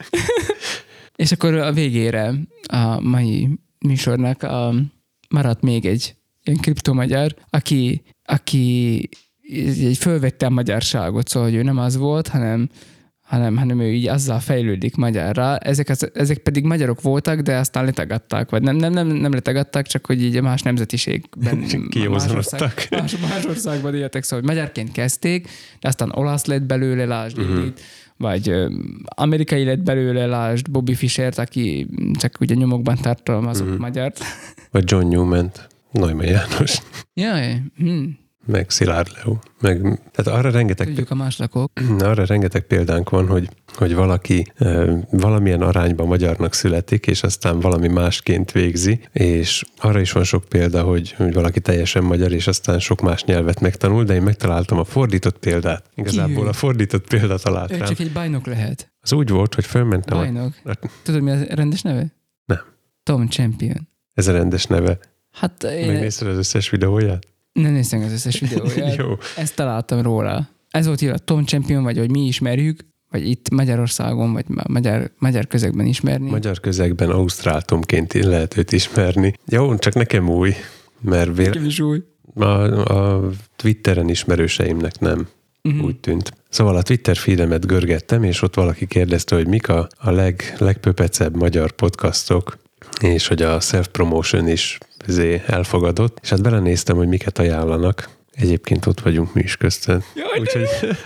És akkor a végére a mai műsornak a, maradt még egy ilyen kriptomagyar, aki, aki egy fölvette a magyarságot, szóval hogy ő nem az volt, hanem, hanem, hanem ő így azzal fejlődik magyarra. Ezek, az, ezek pedig magyarok voltak, de aztán letagadták, vagy nem, nem, nem, nem letagadták, csak hogy így más nemzetiségben más, ország, más, más országban éltek, szóval hogy magyarként kezdték, de aztán olasz lett belőle, lásd, uh-huh. vagy ö, amerikai lett belőle, lásd Bobby Fischert, aki csak ugye nyomokban tartalmazott uh-huh. magyart. Vagy John Newman-t, Neumann János. Jaj, hm. Meg Szilárd Leó. Meg, tehát arra rengeteg, tudjuk a máslakok. Arra rengeteg példánk van, hogy, hogy valaki e, valamilyen arányban magyarnak születik, és aztán valami másként végzi, és arra is van sok példa, hogy, hogy valaki teljesen magyar, és aztán sok más nyelvet megtanul, de én megtaláltam a fordított példát. Igazából a fordított példát talált rám. Csak egy bajnok lehet. Az úgy volt, hogy fölmentem. Bajnok. A... Tudod, mi a rendes neve? Nem. Tom Champion. Ez a rendes neve. Hát én... Megnézted az összes videóját? Nem néztem az összes videóját. Jó. Ezt találtam róla. Ez volt írva Tom Champion, vagy hogy mi ismerjük, vagy itt Magyarországon, vagy magyar, magyar közegben ismerni. Magyar közegben ausztrál Tomként lehet őt ismerni. Jó, csak nekem új, mert vél... Nekem is új. A, a Twitteren ismerőseimnek nem uh-huh. úgy tűnt. Szóval a Twitter feedemet görgettem, és ott valaki kérdezte, hogy mik a, a leg, legpöpecebb magyar podcastok, és hogy a self-promotion is elfogadott, és hát belenéztem, hogy miket ajánlanak. Egyébként ott vagyunk mi is köztön. Úgyhogy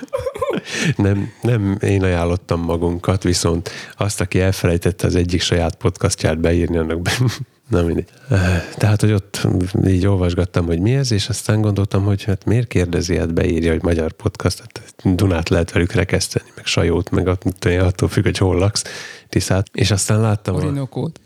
nem, nem én ajánlottam magunkat, viszont azt, aki elfelejtette az egyik saját podcastját beírni, annak be... Nem mindegy. Tehát, hogy ott így olvasgattam, hogy mi ez, és aztán gondoltam, hogy hát miért kérdezi, hát beírja, hogy magyar podcast, hát Dunát lehet velük rekeszteni, meg Sajót, meg attól függ, hogy hol laksz, Tiszát. És aztán láttam Orinokót.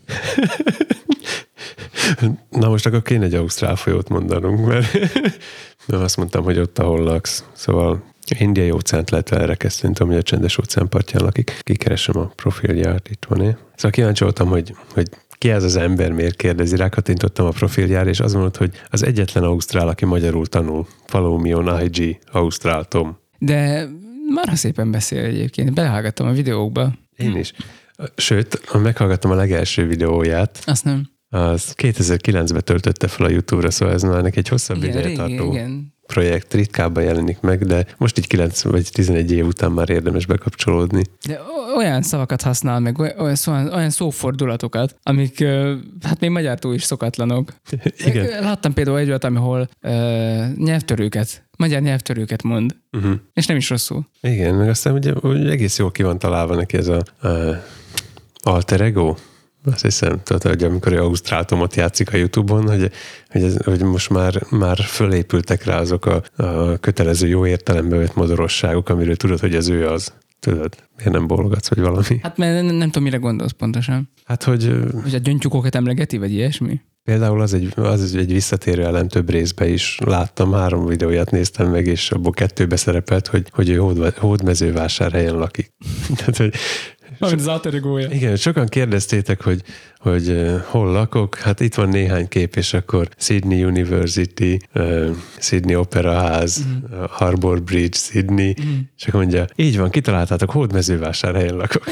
A... Na most akkor kéne egy ausztrál folyót mondanunk, mert nem azt mondtam, hogy ott, ahol laksz. Szóval Indiai óceánt lehet vele rekeszteni, tudom, hogy a csendes óceán partján lakik. Kikeresem a profilját, itt van-e. Szóval kíváncsi voltam, hogy, hogy ki ez az ember, miért kérdezi, rákattintottam a profiljára, és az mondott, hogy az egyetlen ausztrál, aki magyarul tanul. Follow me on I G, Ausztrál Tom. De már szépen beszél egyébként, belehallgattam a videókba. Én is. Sőt, meghallgattam a legelső videóját. Azt nem. Az kétezer-kilencben töltötte fel a YouTube-ra, szóval ez már neki egy hosszabb ideje tartó projekt, ritkábban jelenik meg, de most így kilenc vagy tizenegy év után már érdemes bekapcsolódni. De olyan szavakat használ meg, olyan, olyan szófordulatokat, amik hát még magyartól is szokatlanok. Igen. Láttam például egy olyat, ahol uh, nyelvtörőket, magyar nyelvtörőket mond, uh-huh. és nem is rosszul. Igen, meg aztán ugye, ugye egész jól ki van találva neki ez a uh, alter ego. Azt hiszem, tehát, hogy amikor ausztrál Tomot játszik a YouTube-on, hogy, hogy, ez, hogy most már, már fölépültek rá azok a, a kötelező jó értelembe vett modorosságok, amiről tudod, hogy ez ő az. Tudod, miért nem bólogatsz, vagy valami? Hát mert nem, nem tudom, mire gondolsz pontosan. Hát, hogy... Hogy a gyöngytyúkokat emlegeti, vagy ilyesmi? Például az egy, az egy visszatérő ellen több részben is láttam, három videóját néztem meg, és abból kettőbe szerepelt, hogy, hogy ő Hód, Hódmezővásárhelyen lakik. Tehát, hogy so, az áterigója. Igen, sokan kérdeztétek, hogy, hogy uh, hol lakok. Hát itt van néhány kép, és akkor Sydney University, uh, Sydney Opera House, mm. uh, Harbour Bridge, Sydney, mm. és akkor mondja, így van, kitaláltátok, Hódmezővásárhelyen lakok.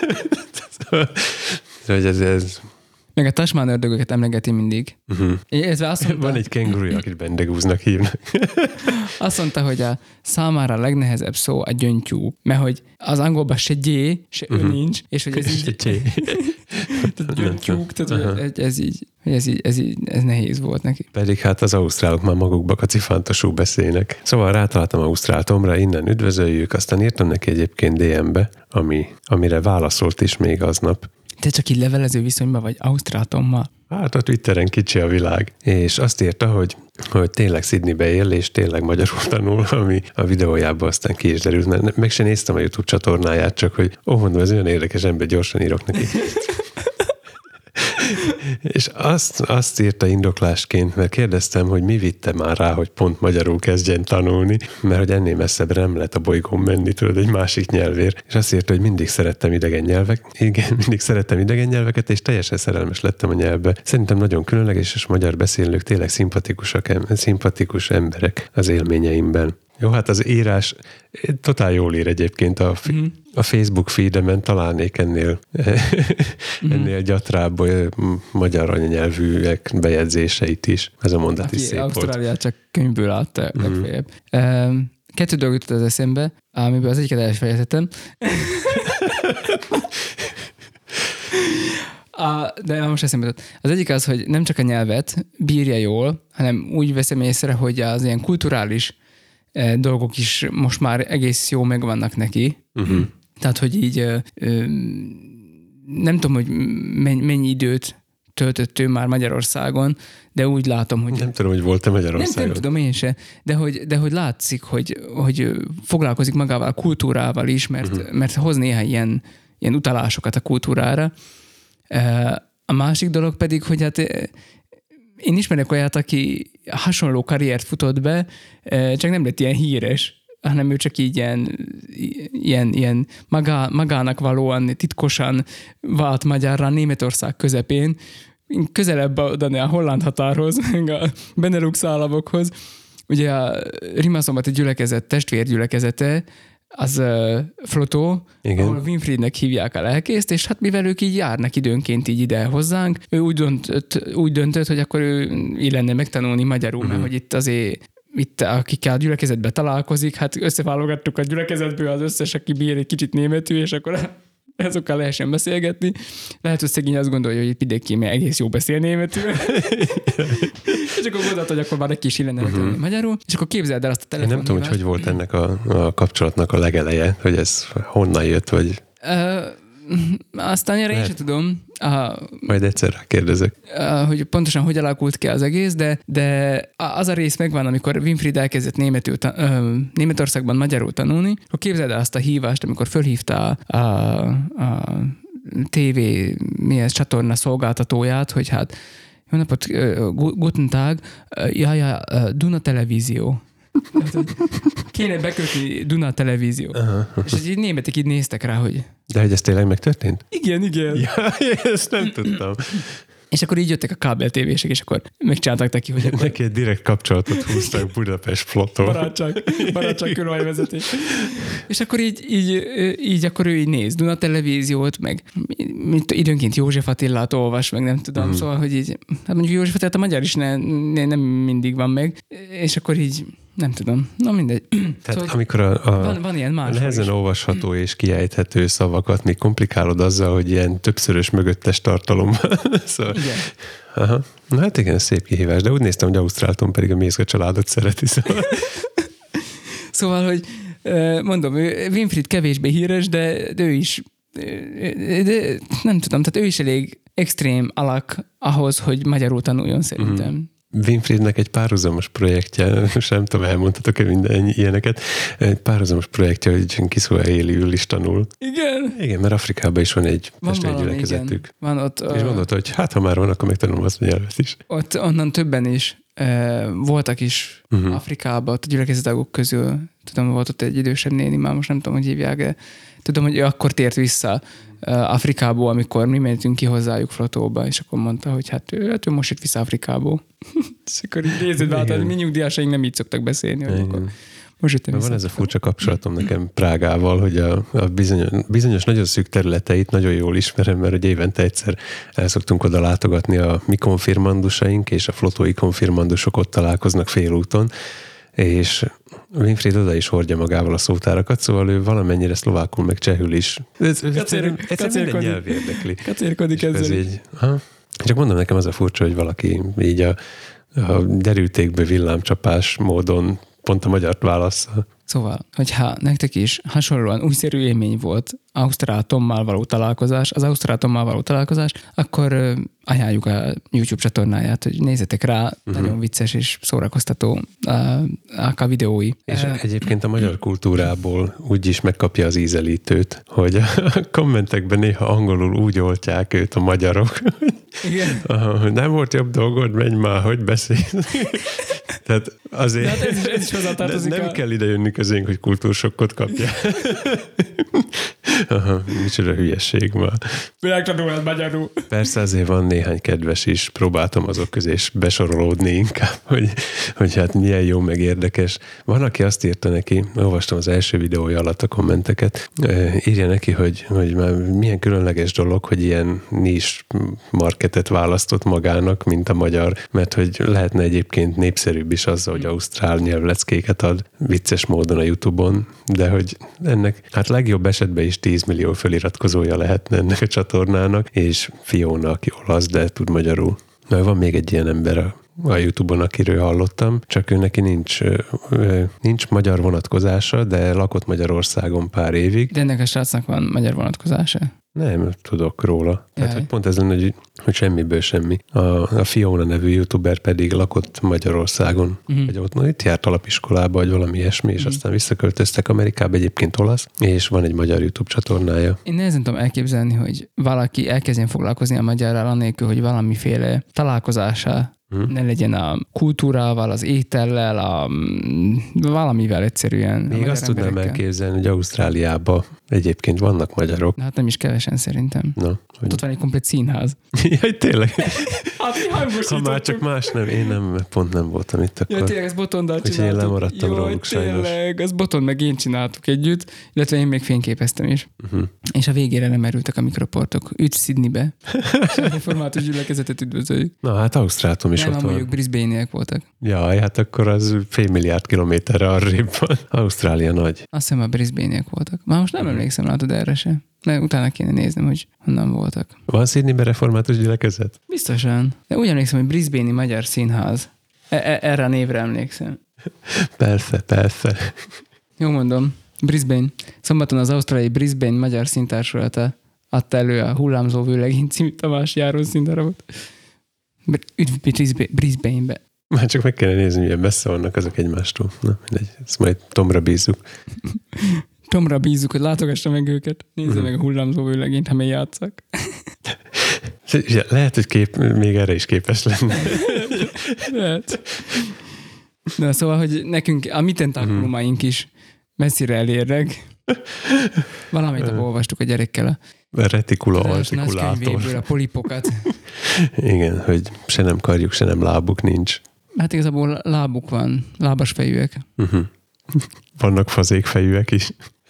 Hogy ez, ez meg a Tasman ördögöket emlegeti mindig. Uh-huh. Azt mondta, van egy kenguruja, akit bendegúznak hívnak. Azt mondta, hogy a számára a legnehezebb szó a gyöngytyú, mert hogy az angolban se gyé, se uh-huh. ő nincs, és hogy ez így... tehát gyöngytyúk, tehát uh-huh. ez, ez így, ez így, ez így, ez nehéz volt neki. Pedig hát az ausztrálok már magukba kacifántosul beszélnek. Szóval rátaláltam Ausztrál Tomra, innen üdvözöljük, aztán írtam neki egyébként dé em-be, ami, amire válaszolt is még aznap. Te csak így levelező viszonyban vagy Ausztrál Tommal? Hát a Twitteren kicsi a világ. És azt írta, hogy, hogy tényleg Sydneybe él, és tényleg magyarul tanul, ami a videójában aztán ki is derült. Meg sem néztem a YouTube csatornáját, csak hogy ó, mondom, ez olyan érdekes ember, gyorsan írok neki. És azt, azt írta indoklásként, mert kérdeztem, hogy mi vitte már rá, hogy pont magyarul kezdjen tanulni, mert hogy ennél messzebbre nem lehet a bolygón menni, tudod, egy másik nyelvér. És azt írta, hogy mindig szerettem idegen nyelvek. Igen, mindig szerettem idegen nyelveket, és teljesen szerelmes lettem a nyelvbe. Szerintem nagyon különleges, és magyar beszélők tényleg szimpatikusak, szimpatikus emberek az élményeimben. Jó, hát az írás totál jól ír egyébként a, mm. a Facebook feedemen, találnék ennél, ennél gyatrább magyar anyanyelvűek bejegyzéseit is. Ez a mondat is szép volt. Ausztráliát csak könyvből látta mm. legfeljebb. Kettő dolgot jutott az eszembe, amiből az egyiket elfelejtettem. A, de most eszembe jutott. Az egyik az, hogy nem csak a nyelvet bírja jól, hanem úgy veszem észre, hogy az ilyen kulturális dolgok is most már egész jó megvannak neki. Uh-huh. Tehát, hogy így ö, ö, nem tudom, hogy mennyi időt töltött ő már Magyarországon, de úgy látom, hogy... Nem tudom, hogy volt-e Magyarországon. Nem, nem tudom én se, de hogy, de hogy látszik, hogy, hogy foglalkozik magával a kultúrával is, mert, uh-huh. mert hoz néha ilyen, ilyen utalásokat a kultúrára. A másik dolog pedig, hogy hát én ismerek olyat, aki hasonló karriert futott be, csak nem lett ilyen híres, hanem ő csak így ilyen, ilyen, ilyen magá, magának valóan titkosan vált magyarra Németország közepén, közelebb oda a holland határhoz, a Benelux államokhoz. Ugye a Rimaszombati gyülekezet, testvérgyülekezete, az uh, Flotó, igen. ahol Winfriednek hívják a lelkészt, és hát mivel ők így járnak időnként így ide hozzánk, ő úgy döntött, úgy döntött hogy akkor ő így lenne megtanulni magyarul, uh-huh. mert hogy itt azért itt akikkel a gyülekezetben találkozik, hát összeválogattuk a gyülekezetből az összes, aki bír egy kicsit németül, és akkor ezokkal lehessen beszélgetni. Lehet, hogy szegény azt gondolja, hogy Pidéki még egész jó beszél németül. És akkor gondolt, hogy akkor már neki is illene uh-huh. magyarul. És akkor képzeld el azt a telefon. Én nem tudom, hogy hogy volt ennek a, a kapcsolatnak a legeleje, hogy ez honnan jött, vagy... Uh, aztán erre én sem tudom. A, Majd egyszer rákérdezek. A, hogy pontosan hogy alakult ki az egész, de, de az a rész megvan, amikor Winfried elkezdett németül, uh, Németországban magyarul tanulni, akkor képzeld el azt a hívást, amikor fölhívta a, a, a té vé mi ez, csatorna szolgáltatóját, hogy hát jó napot, uh, guten Tag, uh, ja, ja, uh, Duna Televízió. Kéne bekötni Duna Televízió. Aha. És így németek így néztek rá, hogy... De hogy ez tényleg megtörtént? Igen, igen. Ja, ezt nem tudtam. És akkor így jöttek a kábel tévések, és akkor megcsináltak neki, hogy akkor... Neki egy direkt kapcsolatot húztak Budapest Flotó. Barátság, barátság körülmányvezetés. És akkor így, így, így, akkor ő így néz Duna Televíziót, meg mint időnként József Attilát olvas, meg nem tudom, mm. szóval, hogy így, hát mondjuk József Attilát a magyar is ne, ne, nem mindig van meg, és akkor így nem tudom. Na mindegy. Tehát szóval amikor a, a, van, van ilyen a nehezen is olvasható és kiejthető szavakat még komplikálod azzal, hogy ilyen többszörös mögöttes tartalom. Szóval, igen. Aha. Na hát igen, ez szép kihívás, de úgy néztem, hogy Ausztrálton pedig a Mézga családot szereti. Szóval, szóval hogy mondom, Winfried kevésbé híres, de, de ő is de nem tudom, tehát ő is elég extrém alak ahhoz, hogy magyarul tanuljon szerintem. Mm. Winfriednek egy párhuzamos projektje, most nem tudom, elmondhatok-e minden ilyeneket, egy párhuzamos projektje, hogy Kiswahiliül is tanul. Igen? Igen, mert Afrikában is van egy Van valami, testvérgyülekezetük. Van ott, És gondolta, hogy hát ha már van, akkor megtanulom azt a nyelvet is. Ott onnan többen is uh, voltak is uh-huh. Afrikában, ott a gyülekezetagok közül. Tudom, volt ott egy idősebb néni, már most nem tudom, hogy hívják, de tudom, hogy ő akkor tért vissza uh, Afrikából, amikor mi mentünk ki hozzájuk flotóba, és akkor mondta, hogy hát ő, hát ő most jött vissza Afrikából. És akkor így nézed be, hát mi nyugdíjasaink nem így szoktak beszélni, hogy akkor most van ez a furcsa kapcsolatom nekem Prágával, hogy a, a bizonyos, bizonyos nagyon szűk területeit nagyon jól ismerem, mert hogy évente egyszer el szoktunk oda látogatni a mi konfirmandusaink, és a flotói konfirmandusok ott találkoznak félúton, és Winfried oda is hordja magával a szótárakat, szóval ő valamennyire szlovákul, meg csehül is. Ez, ez egyszerűen minden nyelv érdekli. Kacérkodik ezzel. Így, ha? Csak mondom, nekem az a furcsa, hogy valaki így a, a derültékbe villámcsapás módon pont a magyart válassza. Szóval, hogyha nektek is hasonlóan újszerű élmény volt Ausztrál Tommal való találkozás, az Ausztrál Tommal való találkozás, akkor uh, ajánljuk a YouTube csatornáját, hogy nézzetek rá, uh-huh. nagyon vicces és szórakoztató uh, a videói. És uh, egyébként a magyar kultúrából úgy is megkapja az ízelítőt, hogy a kommentekben néha angolul úgy oltják őt a magyarok, igen. hogy nem volt jobb dolgod, menj már, hogy beszélsz. Tehát azért hát ez is, ez is ne, nem a... kell ide jönni közénk, hogy kultúrsokkot kapja. Aha, micsoda hülyeség már. Világtanulás magyarul. Persze azért van néhány kedves is, próbáltam azok közé is besorolódni inkább, hogy, hogy hát milyen jó, meg érdekes. Van, aki azt írta neki, olvastam az első videója alatt a kommenteket, írja neki, hogy, hogy már milyen különleges dolog, hogy ilyen nis marketet választott magának, mint a magyar, mert hogy lehetne egyébként népszerűbb is azzal, hogy ausztrál nyelvleckéket ad vicces módon a YouTube-on, de hogy ennek hát legjobb esetben is tíz millió feliratkozója lehetne ennek a csatornának, és Fiona, aki olasz, de tud magyarul. Na, van még egy ilyen ember a, a YouTube-on, akiről hallottam, csak ő neki nincs, nincs magyar vonatkozása, de lakott Magyarországon pár évig. De ennek a srácnak van magyar vonatkozása? Nem tudok róla. Tehát, hogy pont ez lenne, hogy, hogy semmiből semmi. A, a Fiona nevű youtuber pedig lakott Magyarországon. Uh-huh. Vagy ott itt járt alapiskolába, vagy valami ilyesmi, és uh-huh. aztán visszaköltöztek Amerikába, egyébként olasz, és van egy magyar YouTube csatornája. Én nehezen tudom elképzelni, hogy valaki elkezdjen foglalkozni a magyarral annélkül, hogy valamiféle találkozása Hmm. ne legyen a kultúrával, az étellel, a, valamivel egyszerűen. Még azt tudnám elképzelni, hogy Ausztráliában egyébként vannak magyarok. Hát nem is kevesen szerintem. Na, hogy... Ott van egy komplet színház. Jaj, tényleg. Hát mi hangosítottuk. Ha már csak más nem, én nem, pont nem voltam itt akkor. Ja, tényleg, ezt Botondal csináltuk. Úgyhogy én lemaradtam Jaj, róluk sajnos. Tényleg, ezt Botond meg én csináltuk együtt, illetve én még fényképeztem is. Uh-huh. És a végére lemerültek a mikroportok. Üdv Sydneybe. Semmi formátus gyülekezetet üdvözöljük. Na hát Ausztráltom is nem, ott van. Nem, Brisbane-iek voltak. Jaj, hát akkor az fél milliárd kilométerre arrébb van. Ausztrália nagy. Azt hiszem a Brisbane-iek voltak. Már most nem emlékszem, látod erre se. De utána kéne néznem, hogy honnan voltak. Van Sydneyben református gyülekezet? Biztosan. De úgy emlékszem, hogy Brisbane-i Magyar Színház. E- erre a névre emlékszem. Persze, persze. Jó mondom. Brisbane. Szombaton az ausztráliai Brisbane Magyar Színtársulata adta elő a Hullámzó vőlegény című Tamás Járon színdarabot. Üdv Brisbane-be. Már csak meg kellene nézni, milyen messze vannak azok egymástól. Na, mindegy, ezt majd Tomra bízzuk. Tomra bízzuk, hogy látogassa meg őket. Nézze uh-huh. meg a Hullámzó vőlegényt, ha még játszak. Lehet, hogy kép, még erre is képes lenne. Lehet. Na, szóval, hogy nekünk a mi tentákulumaink is messzire elérnek. Valamit uh. olvastuk a gyerekkel a A retikula artikulátor. A polipokat. Igen, hogy se nem karjuk, se nem lábuk nincs. Hát igazából lábuk van, lábas fejűek. Uh-huh. Vannak fazékfejűek is.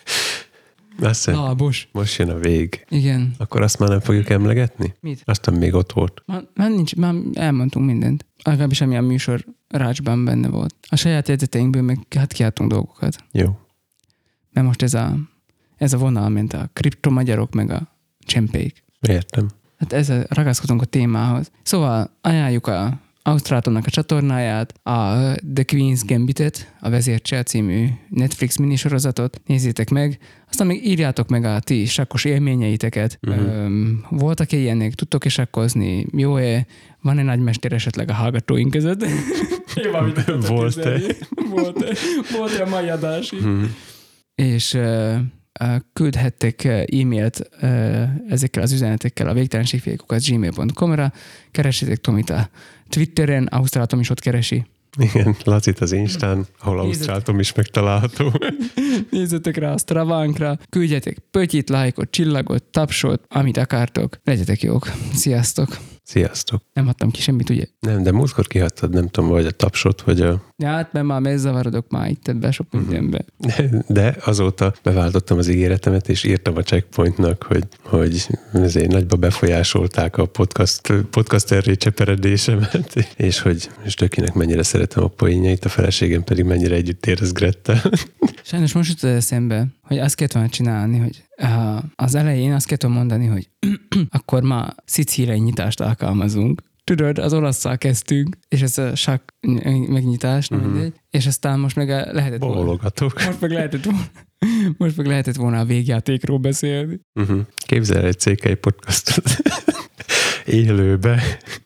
Aztán Lábos. Most jön a vég. Igen. Akkor azt már nem fogjuk emlegetni? Mit? Aztán még ott volt. Már, már nincs, már elmondtunk mindent. Legalábbis ami a műsor rácsban benne volt. A saját jegyzeteinkből meg hát kiadtunk dolgokat. Jó. Mert most ez a, ez a vonal, mint a kriptomagyarok meg a csempék. Értem. Hát ezzel ragaszkodunk a témához. Szóval ajánljuk a, Ausztrátonnak a csatornáját, a The Queen's Gambit-et, a Vezércsel című Netflix minisorozatot, nézzétek meg, aztán még írjátok meg a ti sakkos élményeiteket. Uh-huh. Öm, voltak-e ilyenek? Tudtok-e sakkozni? Jó-e? Van-e nagymester esetleg a hallgatóink között? Volt-e? Volt-e? Volt-e a mai adásig? Uh-huh. És uh, uh, küldhettek uh, e-mailt uh, ezekkel az üzenetekkel a végtelenségfiaikukat gmail pont com-ra, keresétek Tomit a Twitteren, Ausztrál Tom is ott keresi. Igen, Lacit az Instán, ahol Ausztrál Tom is megtalálható. Nézzetek rá a Stravánkra, küldjetek pötyit, lájkot, csillagot, tapsot, amit akartok. Legyetek jók. Sziasztok! Sziasztok! Nem adtam ki semmit, ugye? Nem, de múltkor kihattad, nem tudom, vagy a tapsot, vagy a... Ja, hát mert már mezzavarodok már itt ebben sok mindenben. De azóta beváltottam az ígéretemet, és írtam a Checkpointnak, hogy, hogy ezért nagyba befolyásolták a podcast, podcasterré cseperedésemet, és hogy és tökinek mennyire szeretem a poénjait, a feleségem pedig mennyire együtt érez Grettel. Sajnos most jutott eszembe, hogy azt kellett volna csinálni, hogy az elején azt kellett volna mondani, hogy akkor már szicíliai nyitást alkalmazunk. Tudod, az olasszal kezdtünk, és ez a sakk megnyitás, uh-huh. mindegy, és aztán most meg lehetett volna. Bólogatok. Most meg lehetett volna. Most meg lehetett volna a végjátékról beszélni. Uh-huh. Képzel egy cé ká i podcastot élőbe.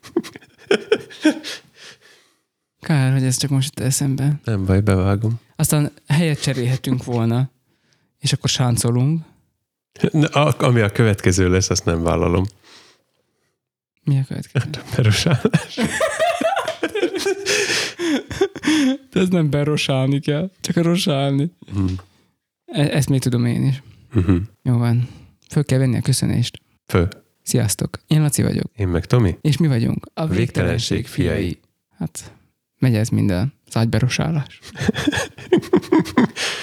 Kár, hogy ez csak most itt eszembe. Nem baj, bevágom. Aztán helyet cserélhetünk volna, és akkor sáncolunk. Na, ami a következő lesz, azt nem vállalom. Mi a következő? A berosálás. De ez nem berosálni kell, csak a rosálni. Hmm. E- ezt még tudom én is. Uh-huh. Jó van. Föl kell venni a köszönést. Föl. Sziasztok. Én Laci vagyok. Én meg Tomi. És mi vagyunk? A végtelenség, végtelenség fiai. fiai. Hát, megy ez minden. Az ágyberosálás.